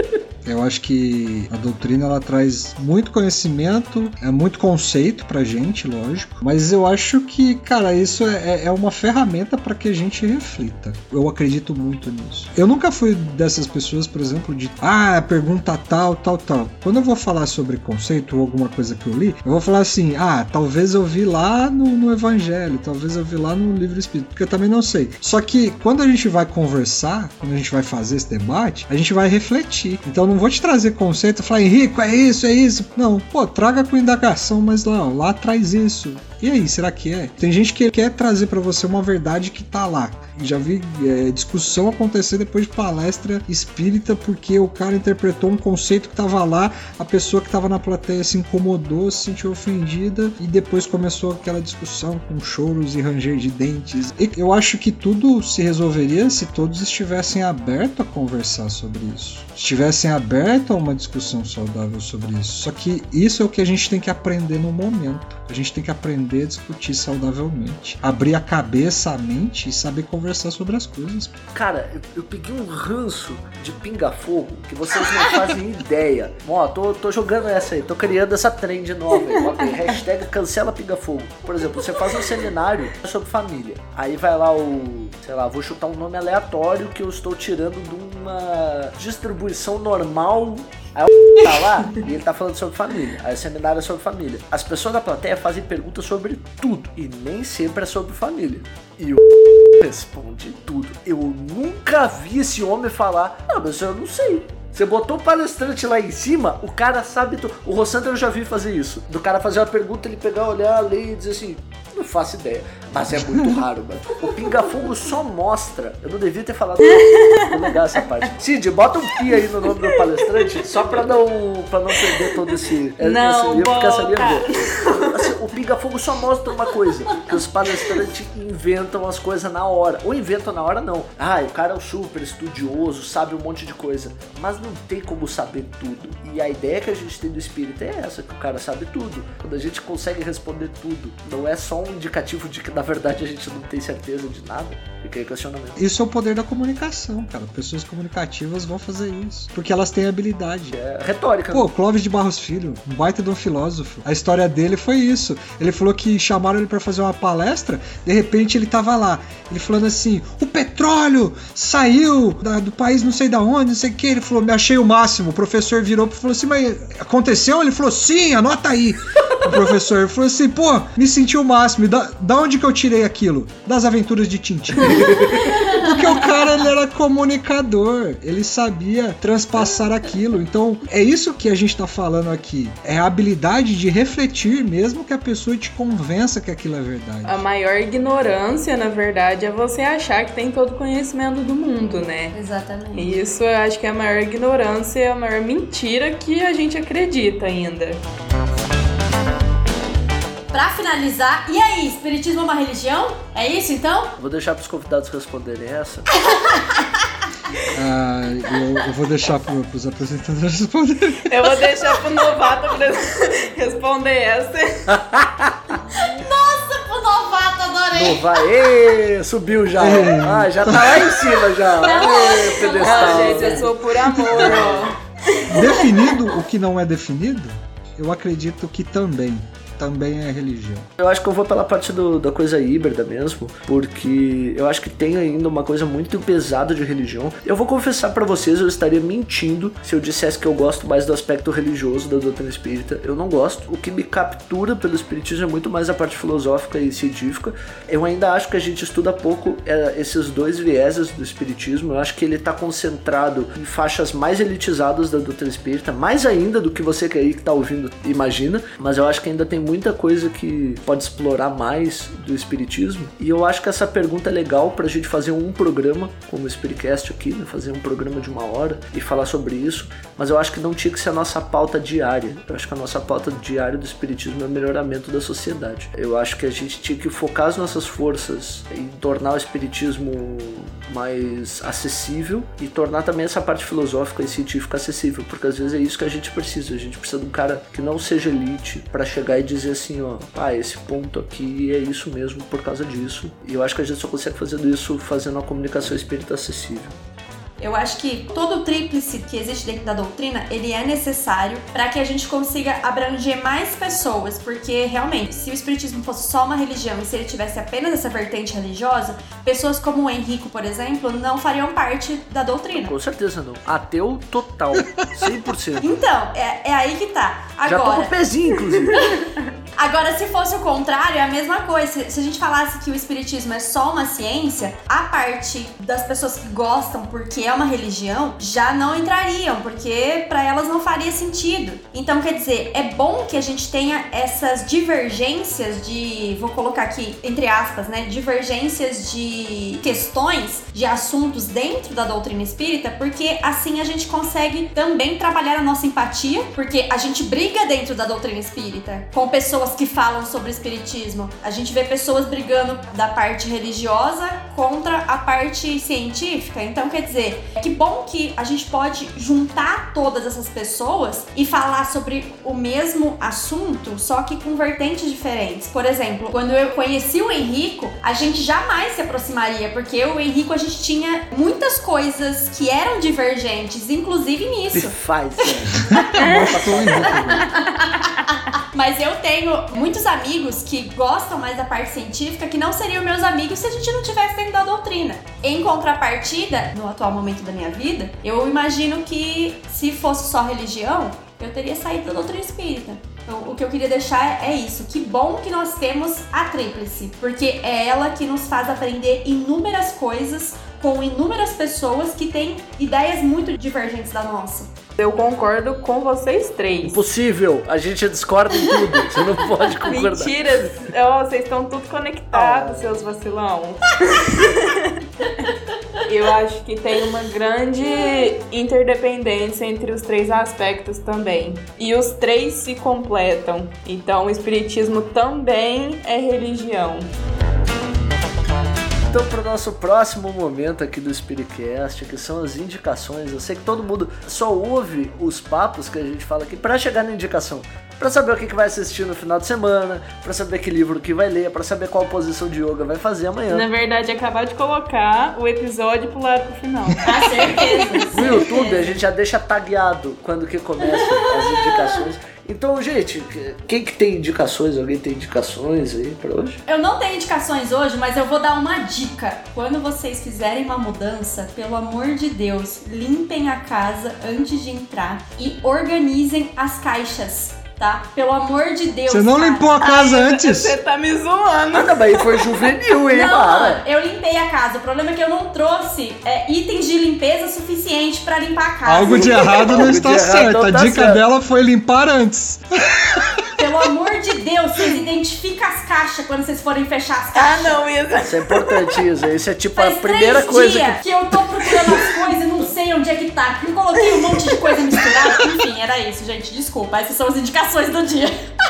[SPEAKER 5] Eu acho que a doutrina ela traz muito conhecimento, muito conceito pra gente, lógico, mas eu acho que, cara, isso é uma ferramenta pra que a gente reflita. Eu acredito muito nisso. Eu nunca fui dessas pessoas, por exemplo, de pergunta tal. Quando eu vou falar sobre conceito ou alguma coisa que eu li, eu vou falar assim, talvez eu vi lá no Evangelho, talvez eu vi lá no Livro Espírito, porque eu também não sei. Só que quando a gente vai conversar, quando a gente vai fazer esse debate, a gente vai refletir. Então não vou te trazer conceito e falar, Henrico, é isso. Não, traga com indagação, mas lá traz isso. E aí, será que é? Tem gente que quer trazer pra você uma verdade que tá lá. Já vi discussão acontecer depois de palestra espírita porque o cara interpretou um conceito que tava lá, a pessoa que tava na plateia se incomodou, se sentiu ofendida e depois começou aquela discussão com choros e ranger de dentes. E eu acho que tudo se resolveria se todos estivessem abertos a conversar sobre isso. Estivessem abertos a uma discussão saudável sobre isso. Só que isso é o que a gente tem que aprender no momento. A gente tem que aprender a discutir saudavelmente. Abrir a cabeça, a mente e saber conversar sobre as coisas.
[SPEAKER 2] Cara, eu peguei um ranço de pinga-fogo que vocês não fazem ideia. Tô jogando essa aí, tô criando essa trend nova aí. Hashtag cancela pinga-fogo. Por exemplo, você faz um seminário sobre família. Aí vai lá vou chutar um nome aleatório que eu estou tirando de uma distribuição normal. Aí o tá lá e ele tá falando sobre família. Aí o seminário é sobre família. As pessoas da plateia fazem perguntas sobre tudo e nem sempre é sobre família. E o responde tudo. eu nunca vi esse homem falar, não, mas eu não sei. Você botou o palestrante lá em cima, o cara sabe tudo. O Rossandro eu já vi fazer isso. Do cara fazer uma pergunta, ele pegar, olhar, ler e dizer assim, não faço ideia. Mas é muito raro, mano. O Pinga Fogo só mostra. Eu não devia ter falado. Vou negar essa parte. Cid, bota um pi aí no nome do palestrante, só pra não perder todo esse livro, porque essa linha é boa. Assim, o Pinga Fogo só mostra uma coisa, que os palestrantes inventam as coisas na hora. Ou inventam na hora, não. O cara é um super estudioso, sabe um monte de coisa. Mas não tem como saber tudo. E a ideia que a gente tem do espírita é essa, que o cara sabe tudo. Quando a gente consegue responder tudo, não é só um indicativo de que na verdade a gente não tem certeza de nada. Fica aí questionamento.
[SPEAKER 5] Isso é o poder da comunicação, cara. Pessoas comunicativas vão fazer isso, porque elas têm habilidade.
[SPEAKER 2] É retórica.
[SPEAKER 5] Pô, Clóvis de Barros Filho, um baita de um filósofo. A história dele foi isso. Ele falou que chamaram ele pra fazer uma palestra, de repente ele tava lá, ele falando assim, o petróleo saiu do país não sei da onde, não sei o que. Ele falou, me achei o máximo. O professor virou e falou assim, mas aconteceu? Ele falou, sim, anota aí. O professor falou assim, pô, me senti o máximo. Da onde que eu tirei aquilo? Das aventuras de Tintin. Porque o cara, ele era comunicador. Ele sabia transpassar aquilo. Então, é isso que a gente tá falando aqui. É a habilidade de refletir, mesmo que a pessoa te convença que aquilo é verdade.
[SPEAKER 4] A maior ignorância, na verdade, é você achar que tem todo o conhecimento do mundo, né?
[SPEAKER 3] Exatamente.
[SPEAKER 4] E isso eu acho que é a maior ignorância e a maior mentira que a gente acredita ainda.
[SPEAKER 3] Pra finalizar, e aí, espiritismo é uma religião? É isso então?
[SPEAKER 2] Vou deixar pros convidados responderem essa.
[SPEAKER 5] Eu vou deixar pros apresentadores responderem.
[SPEAKER 4] Eu vou deixar pro novato responder essa.
[SPEAKER 3] Nossa, pro novato, adorei!
[SPEAKER 2] Subiu já. Já tá lá em cima já. Pedestal.
[SPEAKER 4] Gente, eu sou por amor, ó.
[SPEAKER 5] Definido o que não é definido, eu acredito que também é religião.
[SPEAKER 2] Eu acho que eu vou pela parte da coisa híbrida mesmo, porque eu acho que tem ainda uma coisa muito pesada de religião. Eu vou confessar pra vocês, eu estaria mentindo se eu dissesse que eu gosto mais do aspecto religioso da doutrina espírita. Eu não gosto. O que me captura pelo espiritismo é muito mais a parte filosófica e científica. Eu ainda acho que a gente estuda pouco esses dois vieses do espiritismo. Eu acho que ele tá concentrado em faixas mais elitizadas da doutrina espírita, mais ainda do que você que aí que tá ouvindo imagina, mas eu acho que ainda tem muita coisa que pode explorar mais do espiritismo, e eu acho que essa pergunta é legal pra gente fazer um programa como o Spiritcast aqui, né? Fazer um programa de 1 hora e falar sobre isso, mas eu acho que não tinha que ser a nossa pauta diária. Eu acho que a nossa pauta diária do espiritismo é o melhoramento da sociedade. Eu acho que a gente tinha que focar as nossas forças em tornar o espiritismo mais acessível e tornar também essa parte filosófica e científica acessível, porque às vezes é isso que a gente precisa de um cara que não seja elite pra chegar e dizer assim, esse ponto aqui é isso mesmo por causa disso, e eu acho que a gente só consegue fazer isso fazendo uma comunicação espírita acessível.
[SPEAKER 3] Eu acho que todo o tríplice que existe dentro da doutrina, ele é necessário para que a gente consiga abranger mais pessoas, porque realmente, se o espiritismo fosse só uma religião e se ele tivesse apenas essa vertente religiosa, pessoas como o Henrico, por exemplo, não fariam parte da doutrina.
[SPEAKER 2] Com certeza não. Ateu total, 100%.
[SPEAKER 3] Então, é aí que tá. Agora,
[SPEAKER 2] já tô com o pezinho, inclusive.
[SPEAKER 3] Agora, se fosse o contrário, é a mesma coisa. Se a gente falasse que o espiritismo é só uma ciência, a parte das pessoas que gostam porque é uma religião já não entrariam, porque para elas não faria sentido. Então, quer dizer, é bom que a gente tenha essas divergências de, vou colocar aqui entre aspas, né, divergências de questões, de assuntos dentro da doutrina espírita, porque assim a gente consegue também trabalhar a nossa empatia, porque a gente briga dentro da doutrina espírita com pessoas que falam sobre espiritismo. A gente vê pessoas brigando da parte religiosa contra a parte científica. Então, quer dizer, que bom que a gente pode juntar todas essas pessoas e falar sobre o mesmo assunto, só que com vertentes diferentes. Por exemplo, quando eu conheci o Henrico, a gente jamais se aproximaria, porque o Henrico, a gente tinha muitas coisas que eram divergentes, inclusive nisso.
[SPEAKER 2] Faz,
[SPEAKER 3] Mas eu tenho muitos amigos que gostam mais da parte científica, que não seriam meus amigos se a gente não tivesse dentro da doutrina. Em contrapartida, no atual momento da minha vida, eu imagino que se fosse só religião, eu teria saído da doutrina espírita. Então, o que eu queria deixar é isso. Que bom que nós temos a Tríplice, porque é ela que nos faz aprender inúmeras coisas com inúmeras pessoas que têm ideias muito divergentes da nossa.
[SPEAKER 4] Eu concordo com vocês três.
[SPEAKER 2] Impossível, a gente discorda em tudo. Você não pode concordar.
[SPEAKER 4] Mentira, vocês estão tudo conectados, seus vacilão. Eu acho que tem uma grande interdependência entre os três aspectos também. E os três se completam. Então o espiritismo também é religião.
[SPEAKER 2] Então, para o nosso próximo momento aqui do Spiritcast, que são as indicações. Eu sei que todo mundo só ouve os papos que a gente fala aqui para chegar na indicação. Para saber o que vai assistir no final de semana, para saber que livro que vai ler, para saber qual posição de yoga vai fazer amanhã.
[SPEAKER 4] Na verdade, acabar de colocar o episódio e pular pro final.
[SPEAKER 3] Com certeza.
[SPEAKER 2] No YouTube, a gente já deixa tagueado quando que começam as indicações. Então, gente, quem que tem indicações? Alguém tem indicações aí pra hoje?
[SPEAKER 3] Eu não tenho indicações hoje, mas eu vou dar uma dica. Quando vocês fizerem uma mudança, pelo amor de Deus, limpem a casa antes de entrar e organizem as caixas, tá? Pelo amor de Deus.
[SPEAKER 5] Você não limpou a casa antes?
[SPEAKER 4] Você tá me zoando.
[SPEAKER 2] Ah, mas aí foi juvenil, hein,
[SPEAKER 3] Não,
[SPEAKER 2] cara?
[SPEAKER 3] eu limpei a casa. O problema é que eu não trouxe itens de limpeza suficiente pra limpar a casa.
[SPEAKER 5] Algo de errado não
[SPEAKER 2] Algo
[SPEAKER 5] está
[SPEAKER 2] de errado
[SPEAKER 5] certo.
[SPEAKER 2] não
[SPEAKER 5] A
[SPEAKER 2] tá
[SPEAKER 5] dica
[SPEAKER 2] certo.
[SPEAKER 5] dela foi limpar antes.
[SPEAKER 3] Pelo amor de Deus, vocês identificam as caixas quando vocês forem fechar as
[SPEAKER 4] Ah,
[SPEAKER 3] caixas.
[SPEAKER 4] não, Isa.
[SPEAKER 2] Isso é importante, Isa. Isso é tipo
[SPEAKER 3] Faz
[SPEAKER 2] a primeira
[SPEAKER 3] 3
[SPEAKER 2] coisa
[SPEAKER 3] dias que eu tô procurando as coisas e não sei onde é que tá. Eu coloquei um monte de coisa misturada. Enfim, era isso, gente. Desculpa. Essas são as indicações do dia.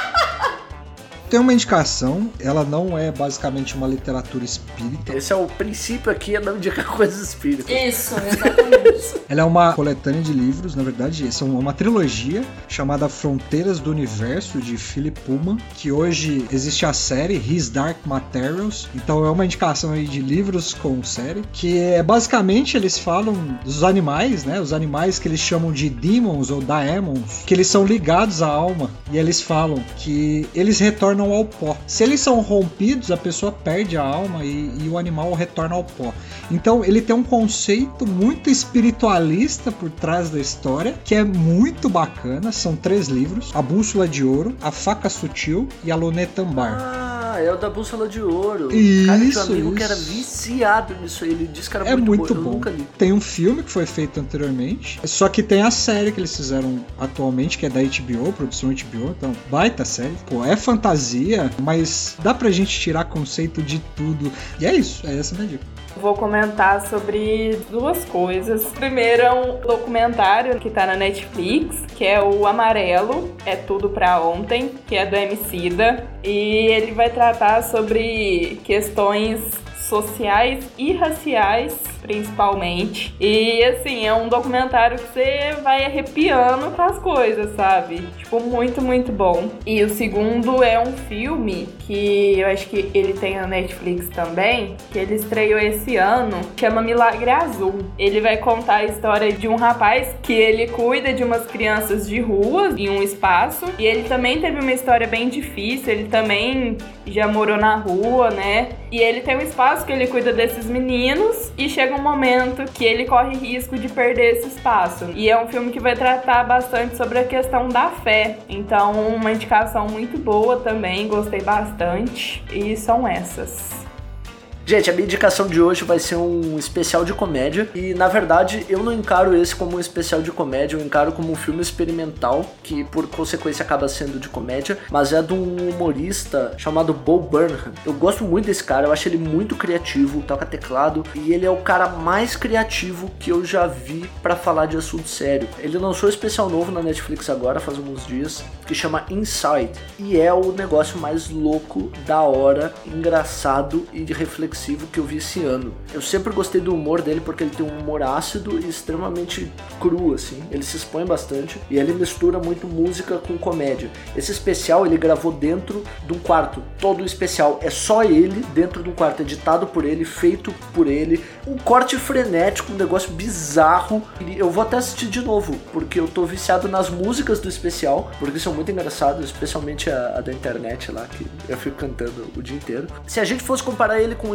[SPEAKER 5] Tem uma indicação, ela não é basicamente uma literatura espírita.
[SPEAKER 2] Esse é o princípio aqui, é não indicar coisas espíritas.
[SPEAKER 3] Isso, exatamente.
[SPEAKER 5] Ela é uma coletânea de livros, na verdade, são uma trilogia chamada Fronteiras do Universo, de Philip Pullman, que hoje existe a série His Dark Materials. Então é uma indicação aí de livros com série, que é basicamente, eles falam dos animais, né? Os animais que eles chamam de demons ou daemons, que eles são ligados à alma, e eles falam que eles retornam ao pó. Se eles são rompidos, a pessoa perde a alma e o animal retorna ao pó. Então ele tem um conceito muito espiritualista por trás da história, que é muito bacana. São 3 livros: A Bússola de Ouro, A Faca Sutil e A Luneta Ambar.
[SPEAKER 2] Ah, é o da Bússola de Ouro.
[SPEAKER 5] Isso,
[SPEAKER 2] Cara, tinha um amigo
[SPEAKER 5] isso.
[SPEAKER 2] que era viciado nisso aí. Ele disse que era
[SPEAKER 5] É muito
[SPEAKER 2] Eu
[SPEAKER 5] bom.
[SPEAKER 2] nunca li.
[SPEAKER 5] Tem um filme que foi feito anteriormente, só que tem a série que eles fizeram atualmente, que é da HBO, produção HBO, então baita série. Pô, é fantasia, mas dá pra gente tirar conceito de tudo. E é isso, é essa a minha dica.
[SPEAKER 4] Vou comentar sobre 2 coisas. Primeiro é um documentário que tá na Netflix, que é o Amarelo, É Tudo Pra Ontem, que é do Emicida. E ele vai tratar sobre questões sociais e raciais, principalmente. E, assim, é um documentário que você vai arrepiando com as coisas, sabe? Tipo, muito, muito bom. E o segundo é um filme que eu acho que ele tem na Netflix também, que ele estreou esse ano, chama Milagre Azul. Ele vai contar a história de um rapaz que ele cuida de umas crianças de rua em um espaço, e ele também teve uma história bem difícil, ele também já morou na rua, né? E ele tem um espaço que ele cuida desses meninos, e chega um momento que ele corre risco de perder esse espaço. E é um filme que vai tratar bastante sobre a questão da fé. Então, uma indicação muito boa também, gostei bastante. E são essas.
[SPEAKER 2] Gente, a minha indicação de hoje vai ser um especial de comédia. E, na verdade, eu não encaro esse como um especial de comédia. Eu encaro como um filme experimental, que, por consequência, acaba sendo de comédia. Mas é de um humorista chamado Bo Burnham. Eu gosto muito desse cara. Eu acho ele muito criativo, toca teclado. E ele é o cara mais criativo que eu já vi pra falar de assunto sério. Ele lançou um especial novo na Netflix agora, faz alguns dias, que chama Inside. E é o negócio mais louco, da hora, engraçado e reflexivo que eu vi esse ano. Eu sempre gostei do humor dele porque ele tem um humor ácido e extremamente cru, assim. Ele se expõe bastante e ele mistura muito música com comédia. Esse especial ele gravou dentro de um quarto. Todo o especial é só ele dentro de um quarto, editado por ele, feito por ele. Um corte frenético, um negócio bizarro. E eu vou até assistir de novo, porque eu tô viciado nas músicas do especial, porque são muito engraçadas, especialmente a da internet lá, que eu fico cantando o dia inteiro. Se a gente fosse comparar ele com o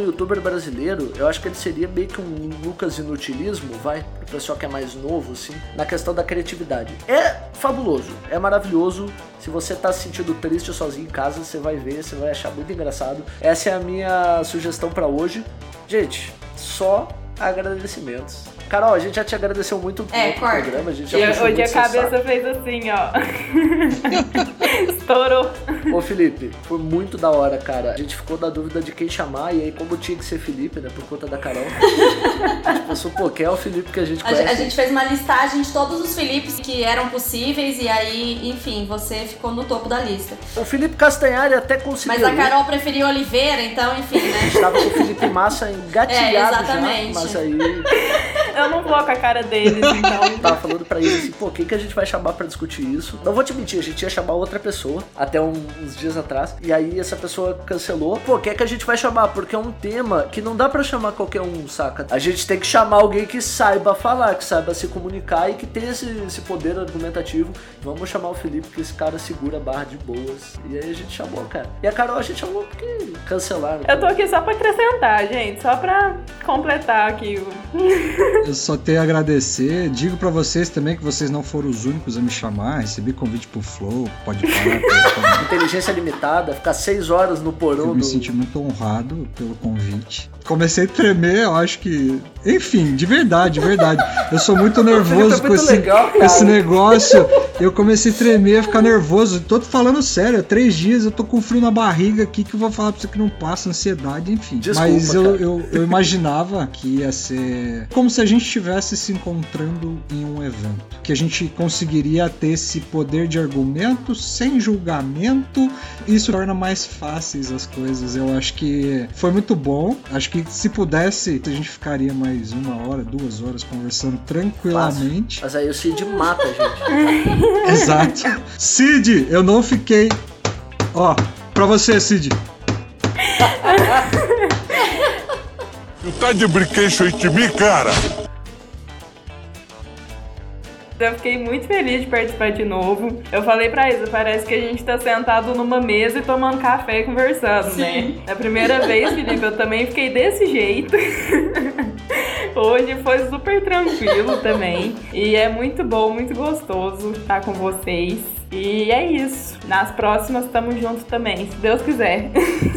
[SPEAKER 2] youtuber brasileiro, eu acho que ele seria meio que um Lucas Inutilismo, vai, pro pessoal que é mais novo, assim, na questão da criatividade. É fabuloso, é maravilhoso. Se você tá se sentindo triste ou sozinho em casa, você vai ver, você vai achar muito engraçado. Essa é a minha sugestão pra hoje. Gente, só agradecimentos. Carol, a gente já te agradeceu muito no programa. A gente já puxou
[SPEAKER 4] hoje a cabeça
[SPEAKER 2] saco.
[SPEAKER 4] fez assim, ó. Estourou.
[SPEAKER 2] Ô Felipe, foi muito da hora, cara. A gente ficou na dúvida de quem chamar. E aí, como tinha que ser Felipe, né, por conta da Carol, a gente pensou, pô, quem é o Felipe que a gente conhece?
[SPEAKER 3] A gente fez uma listagem de todos os Filipes que eram possíveis. E aí, enfim, você ficou no topo da lista.
[SPEAKER 2] O Felipe Castanhari até conseguiu.
[SPEAKER 3] Mas a Carol preferiu Oliveira, então, enfim, né?
[SPEAKER 2] A gente tava com o Felipe Massa engatilhado
[SPEAKER 3] exatamente.
[SPEAKER 2] já. Mas aí...
[SPEAKER 4] Eu não vou com a cara deles, então.
[SPEAKER 2] Tava falando pra eles assim, pô, quem que a gente vai chamar pra discutir isso? Não vou te mentir, a gente ia chamar outra pessoa, até uns dias atrás, e aí essa pessoa cancelou. Pô, quem é que a gente vai chamar? Porque é um tema que não dá pra chamar qualquer um, saca? A gente tem que chamar alguém que saiba falar, que saiba se comunicar e que tenha esse poder argumentativo. Vamos chamar o Felipe, que esse cara segura a barra de boas. E aí a gente chamou, cara. E a Carol a gente chamou porque cancelaram.
[SPEAKER 4] Eu tô aqui só pra acrescentar, gente, só pra completar aqui o...
[SPEAKER 5] Eu só tenho a agradecer. Digo pra vocês também que vocês não foram os únicos a me chamar. Recebi convite pro Flow, pode falar.
[SPEAKER 2] Inteligência limitada, ficar 6 horas no porão.
[SPEAKER 5] Eu me senti muito honrado pelo convite. Comecei a tremer, eu acho que... Enfim, de verdade. Eu sou muito nervoso com esse negócio. Eu comecei a tremer, a ficar nervoso. Tô falando sério, há 3 dias eu tô com frio na barriga aqui que eu vou falar pra você que não passa, ansiedade, enfim.
[SPEAKER 2] Desculpa,
[SPEAKER 5] mas eu imaginava que ia ser como se a gente estivesse se encontrando em um evento. Que a gente conseguiria ter esse poder de argumento sem julgamento. Isso torna mais fáceis as coisas. Eu acho que foi muito bom. Acho que se pudesse, a gente ficaria mais 1 hora, 2 horas conversando tranquilamente.
[SPEAKER 2] Mas aí o Cid mata, gente.
[SPEAKER 5] Exato. Cid, eu não fiquei... Ó, pra você, Cid.
[SPEAKER 6] Tu tá de brinquedo aí de mim, cara?
[SPEAKER 4] Eu fiquei muito feliz de participar de novo. Eu falei pra Isa, parece que a gente tá sentado numa mesa e tomando café e conversando, né? A primeira vez, Felipe, eu também fiquei desse jeito. Hoje foi super tranquilo também. E é muito bom, muito gostoso estar com vocês. E é isso. Nas próximas estamos juntos também, se Deus quiser.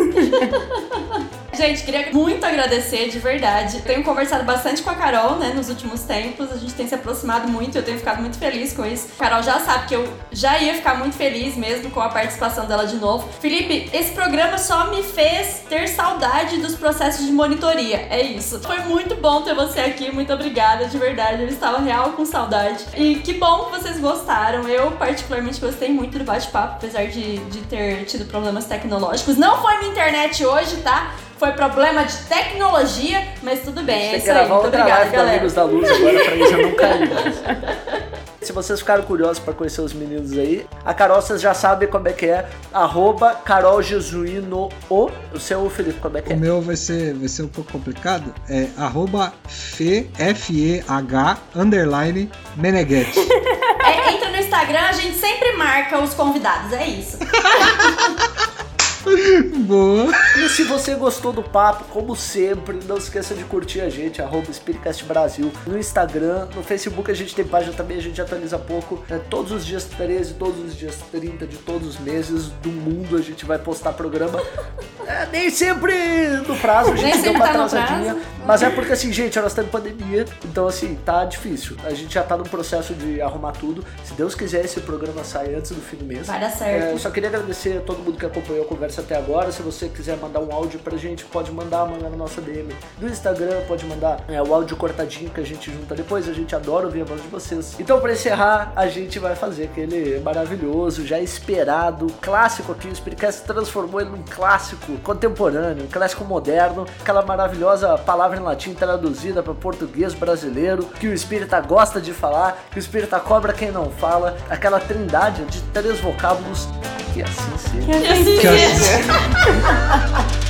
[SPEAKER 3] Gente, queria muito agradecer, de verdade. Tenho conversado bastante com a Carol, né, nos últimos tempos. A gente tem se aproximado muito, eu tenho ficado muito feliz com isso. A Carol já sabe que eu já ia ficar muito feliz mesmo com a participação dela de novo. Felipe, esse programa só me fez ter saudade dos processos de monitoria. É isso. Foi muito bom ter você aqui, muito obrigada, de verdade. Eu estava real com saudade. E que bom que vocês gostaram. Eu, particularmente, gostei muito do bate-papo, apesar de ter tido problemas tecnológicos. Não foi minha internet hoje, tá? Foi problema de tecnologia, mas tudo bem, é isso aí. Muito obrigada, galera.
[SPEAKER 2] Amigos da Luz agora pra isso eu não cair. Se vocês ficaram curiosos pra conhecer os meninos aí, a Carol, vocês já sabem como é que é. @CarolJesuíno. O seu, Felipe, como é que é?
[SPEAKER 5] O meu vai ser um pouco complicado. É @FEH_Meneghetti.
[SPEAKER 3] Entra no Instagram, a gente sempre marca os convidados, é isso.
[SPEAKER 5] Boa.
[SPEAKER 2] E se você gostou do papo, como sempre, não esqueça de curtir a gente, @Spiritcast Brasil, no Instagram, no Facebook a gente tem página também, a gente atualiza pouco, todos os dias 13, todos os dias 30 de todos os meses do mundo a gente vai postar programa, nem sempre no prazo, a gente deu uma atrasadinha, mas é porque assim, gente, nós estamos em pandemia, então assim, tá difícil, a gente já tá no processo de arrumar tudo, se Deus quiser esse programa sai antes do fim do mês.
[SPEAKER 3] Vai dar certo.
[SPEAKER 2] Eu só queria agradecer a todo mundo que acompanhou a conversa até agora. Se você quiser mandar um áudio pra gente, pode mandar na nossa DM do Instagram, pode mandar o áudio cortadinho que a gente junta depois, a gente adora ouvir a voz de vocês. Então, pra encerrar, a gente vai fazer aquele maravilhoso, já esperado, clássico aqui, o Spiritcast transformou ele num clássico contemporâneo, um clássico moderno, aquela maravilhosa palavra em latim traduzida para português brasileiro, que o espírita gosta de falar, que o espírita cobra quem não fala, aquela trindade de 3 vocábulos. Que assim seja.
[SPEAKER 3] Que assim seja.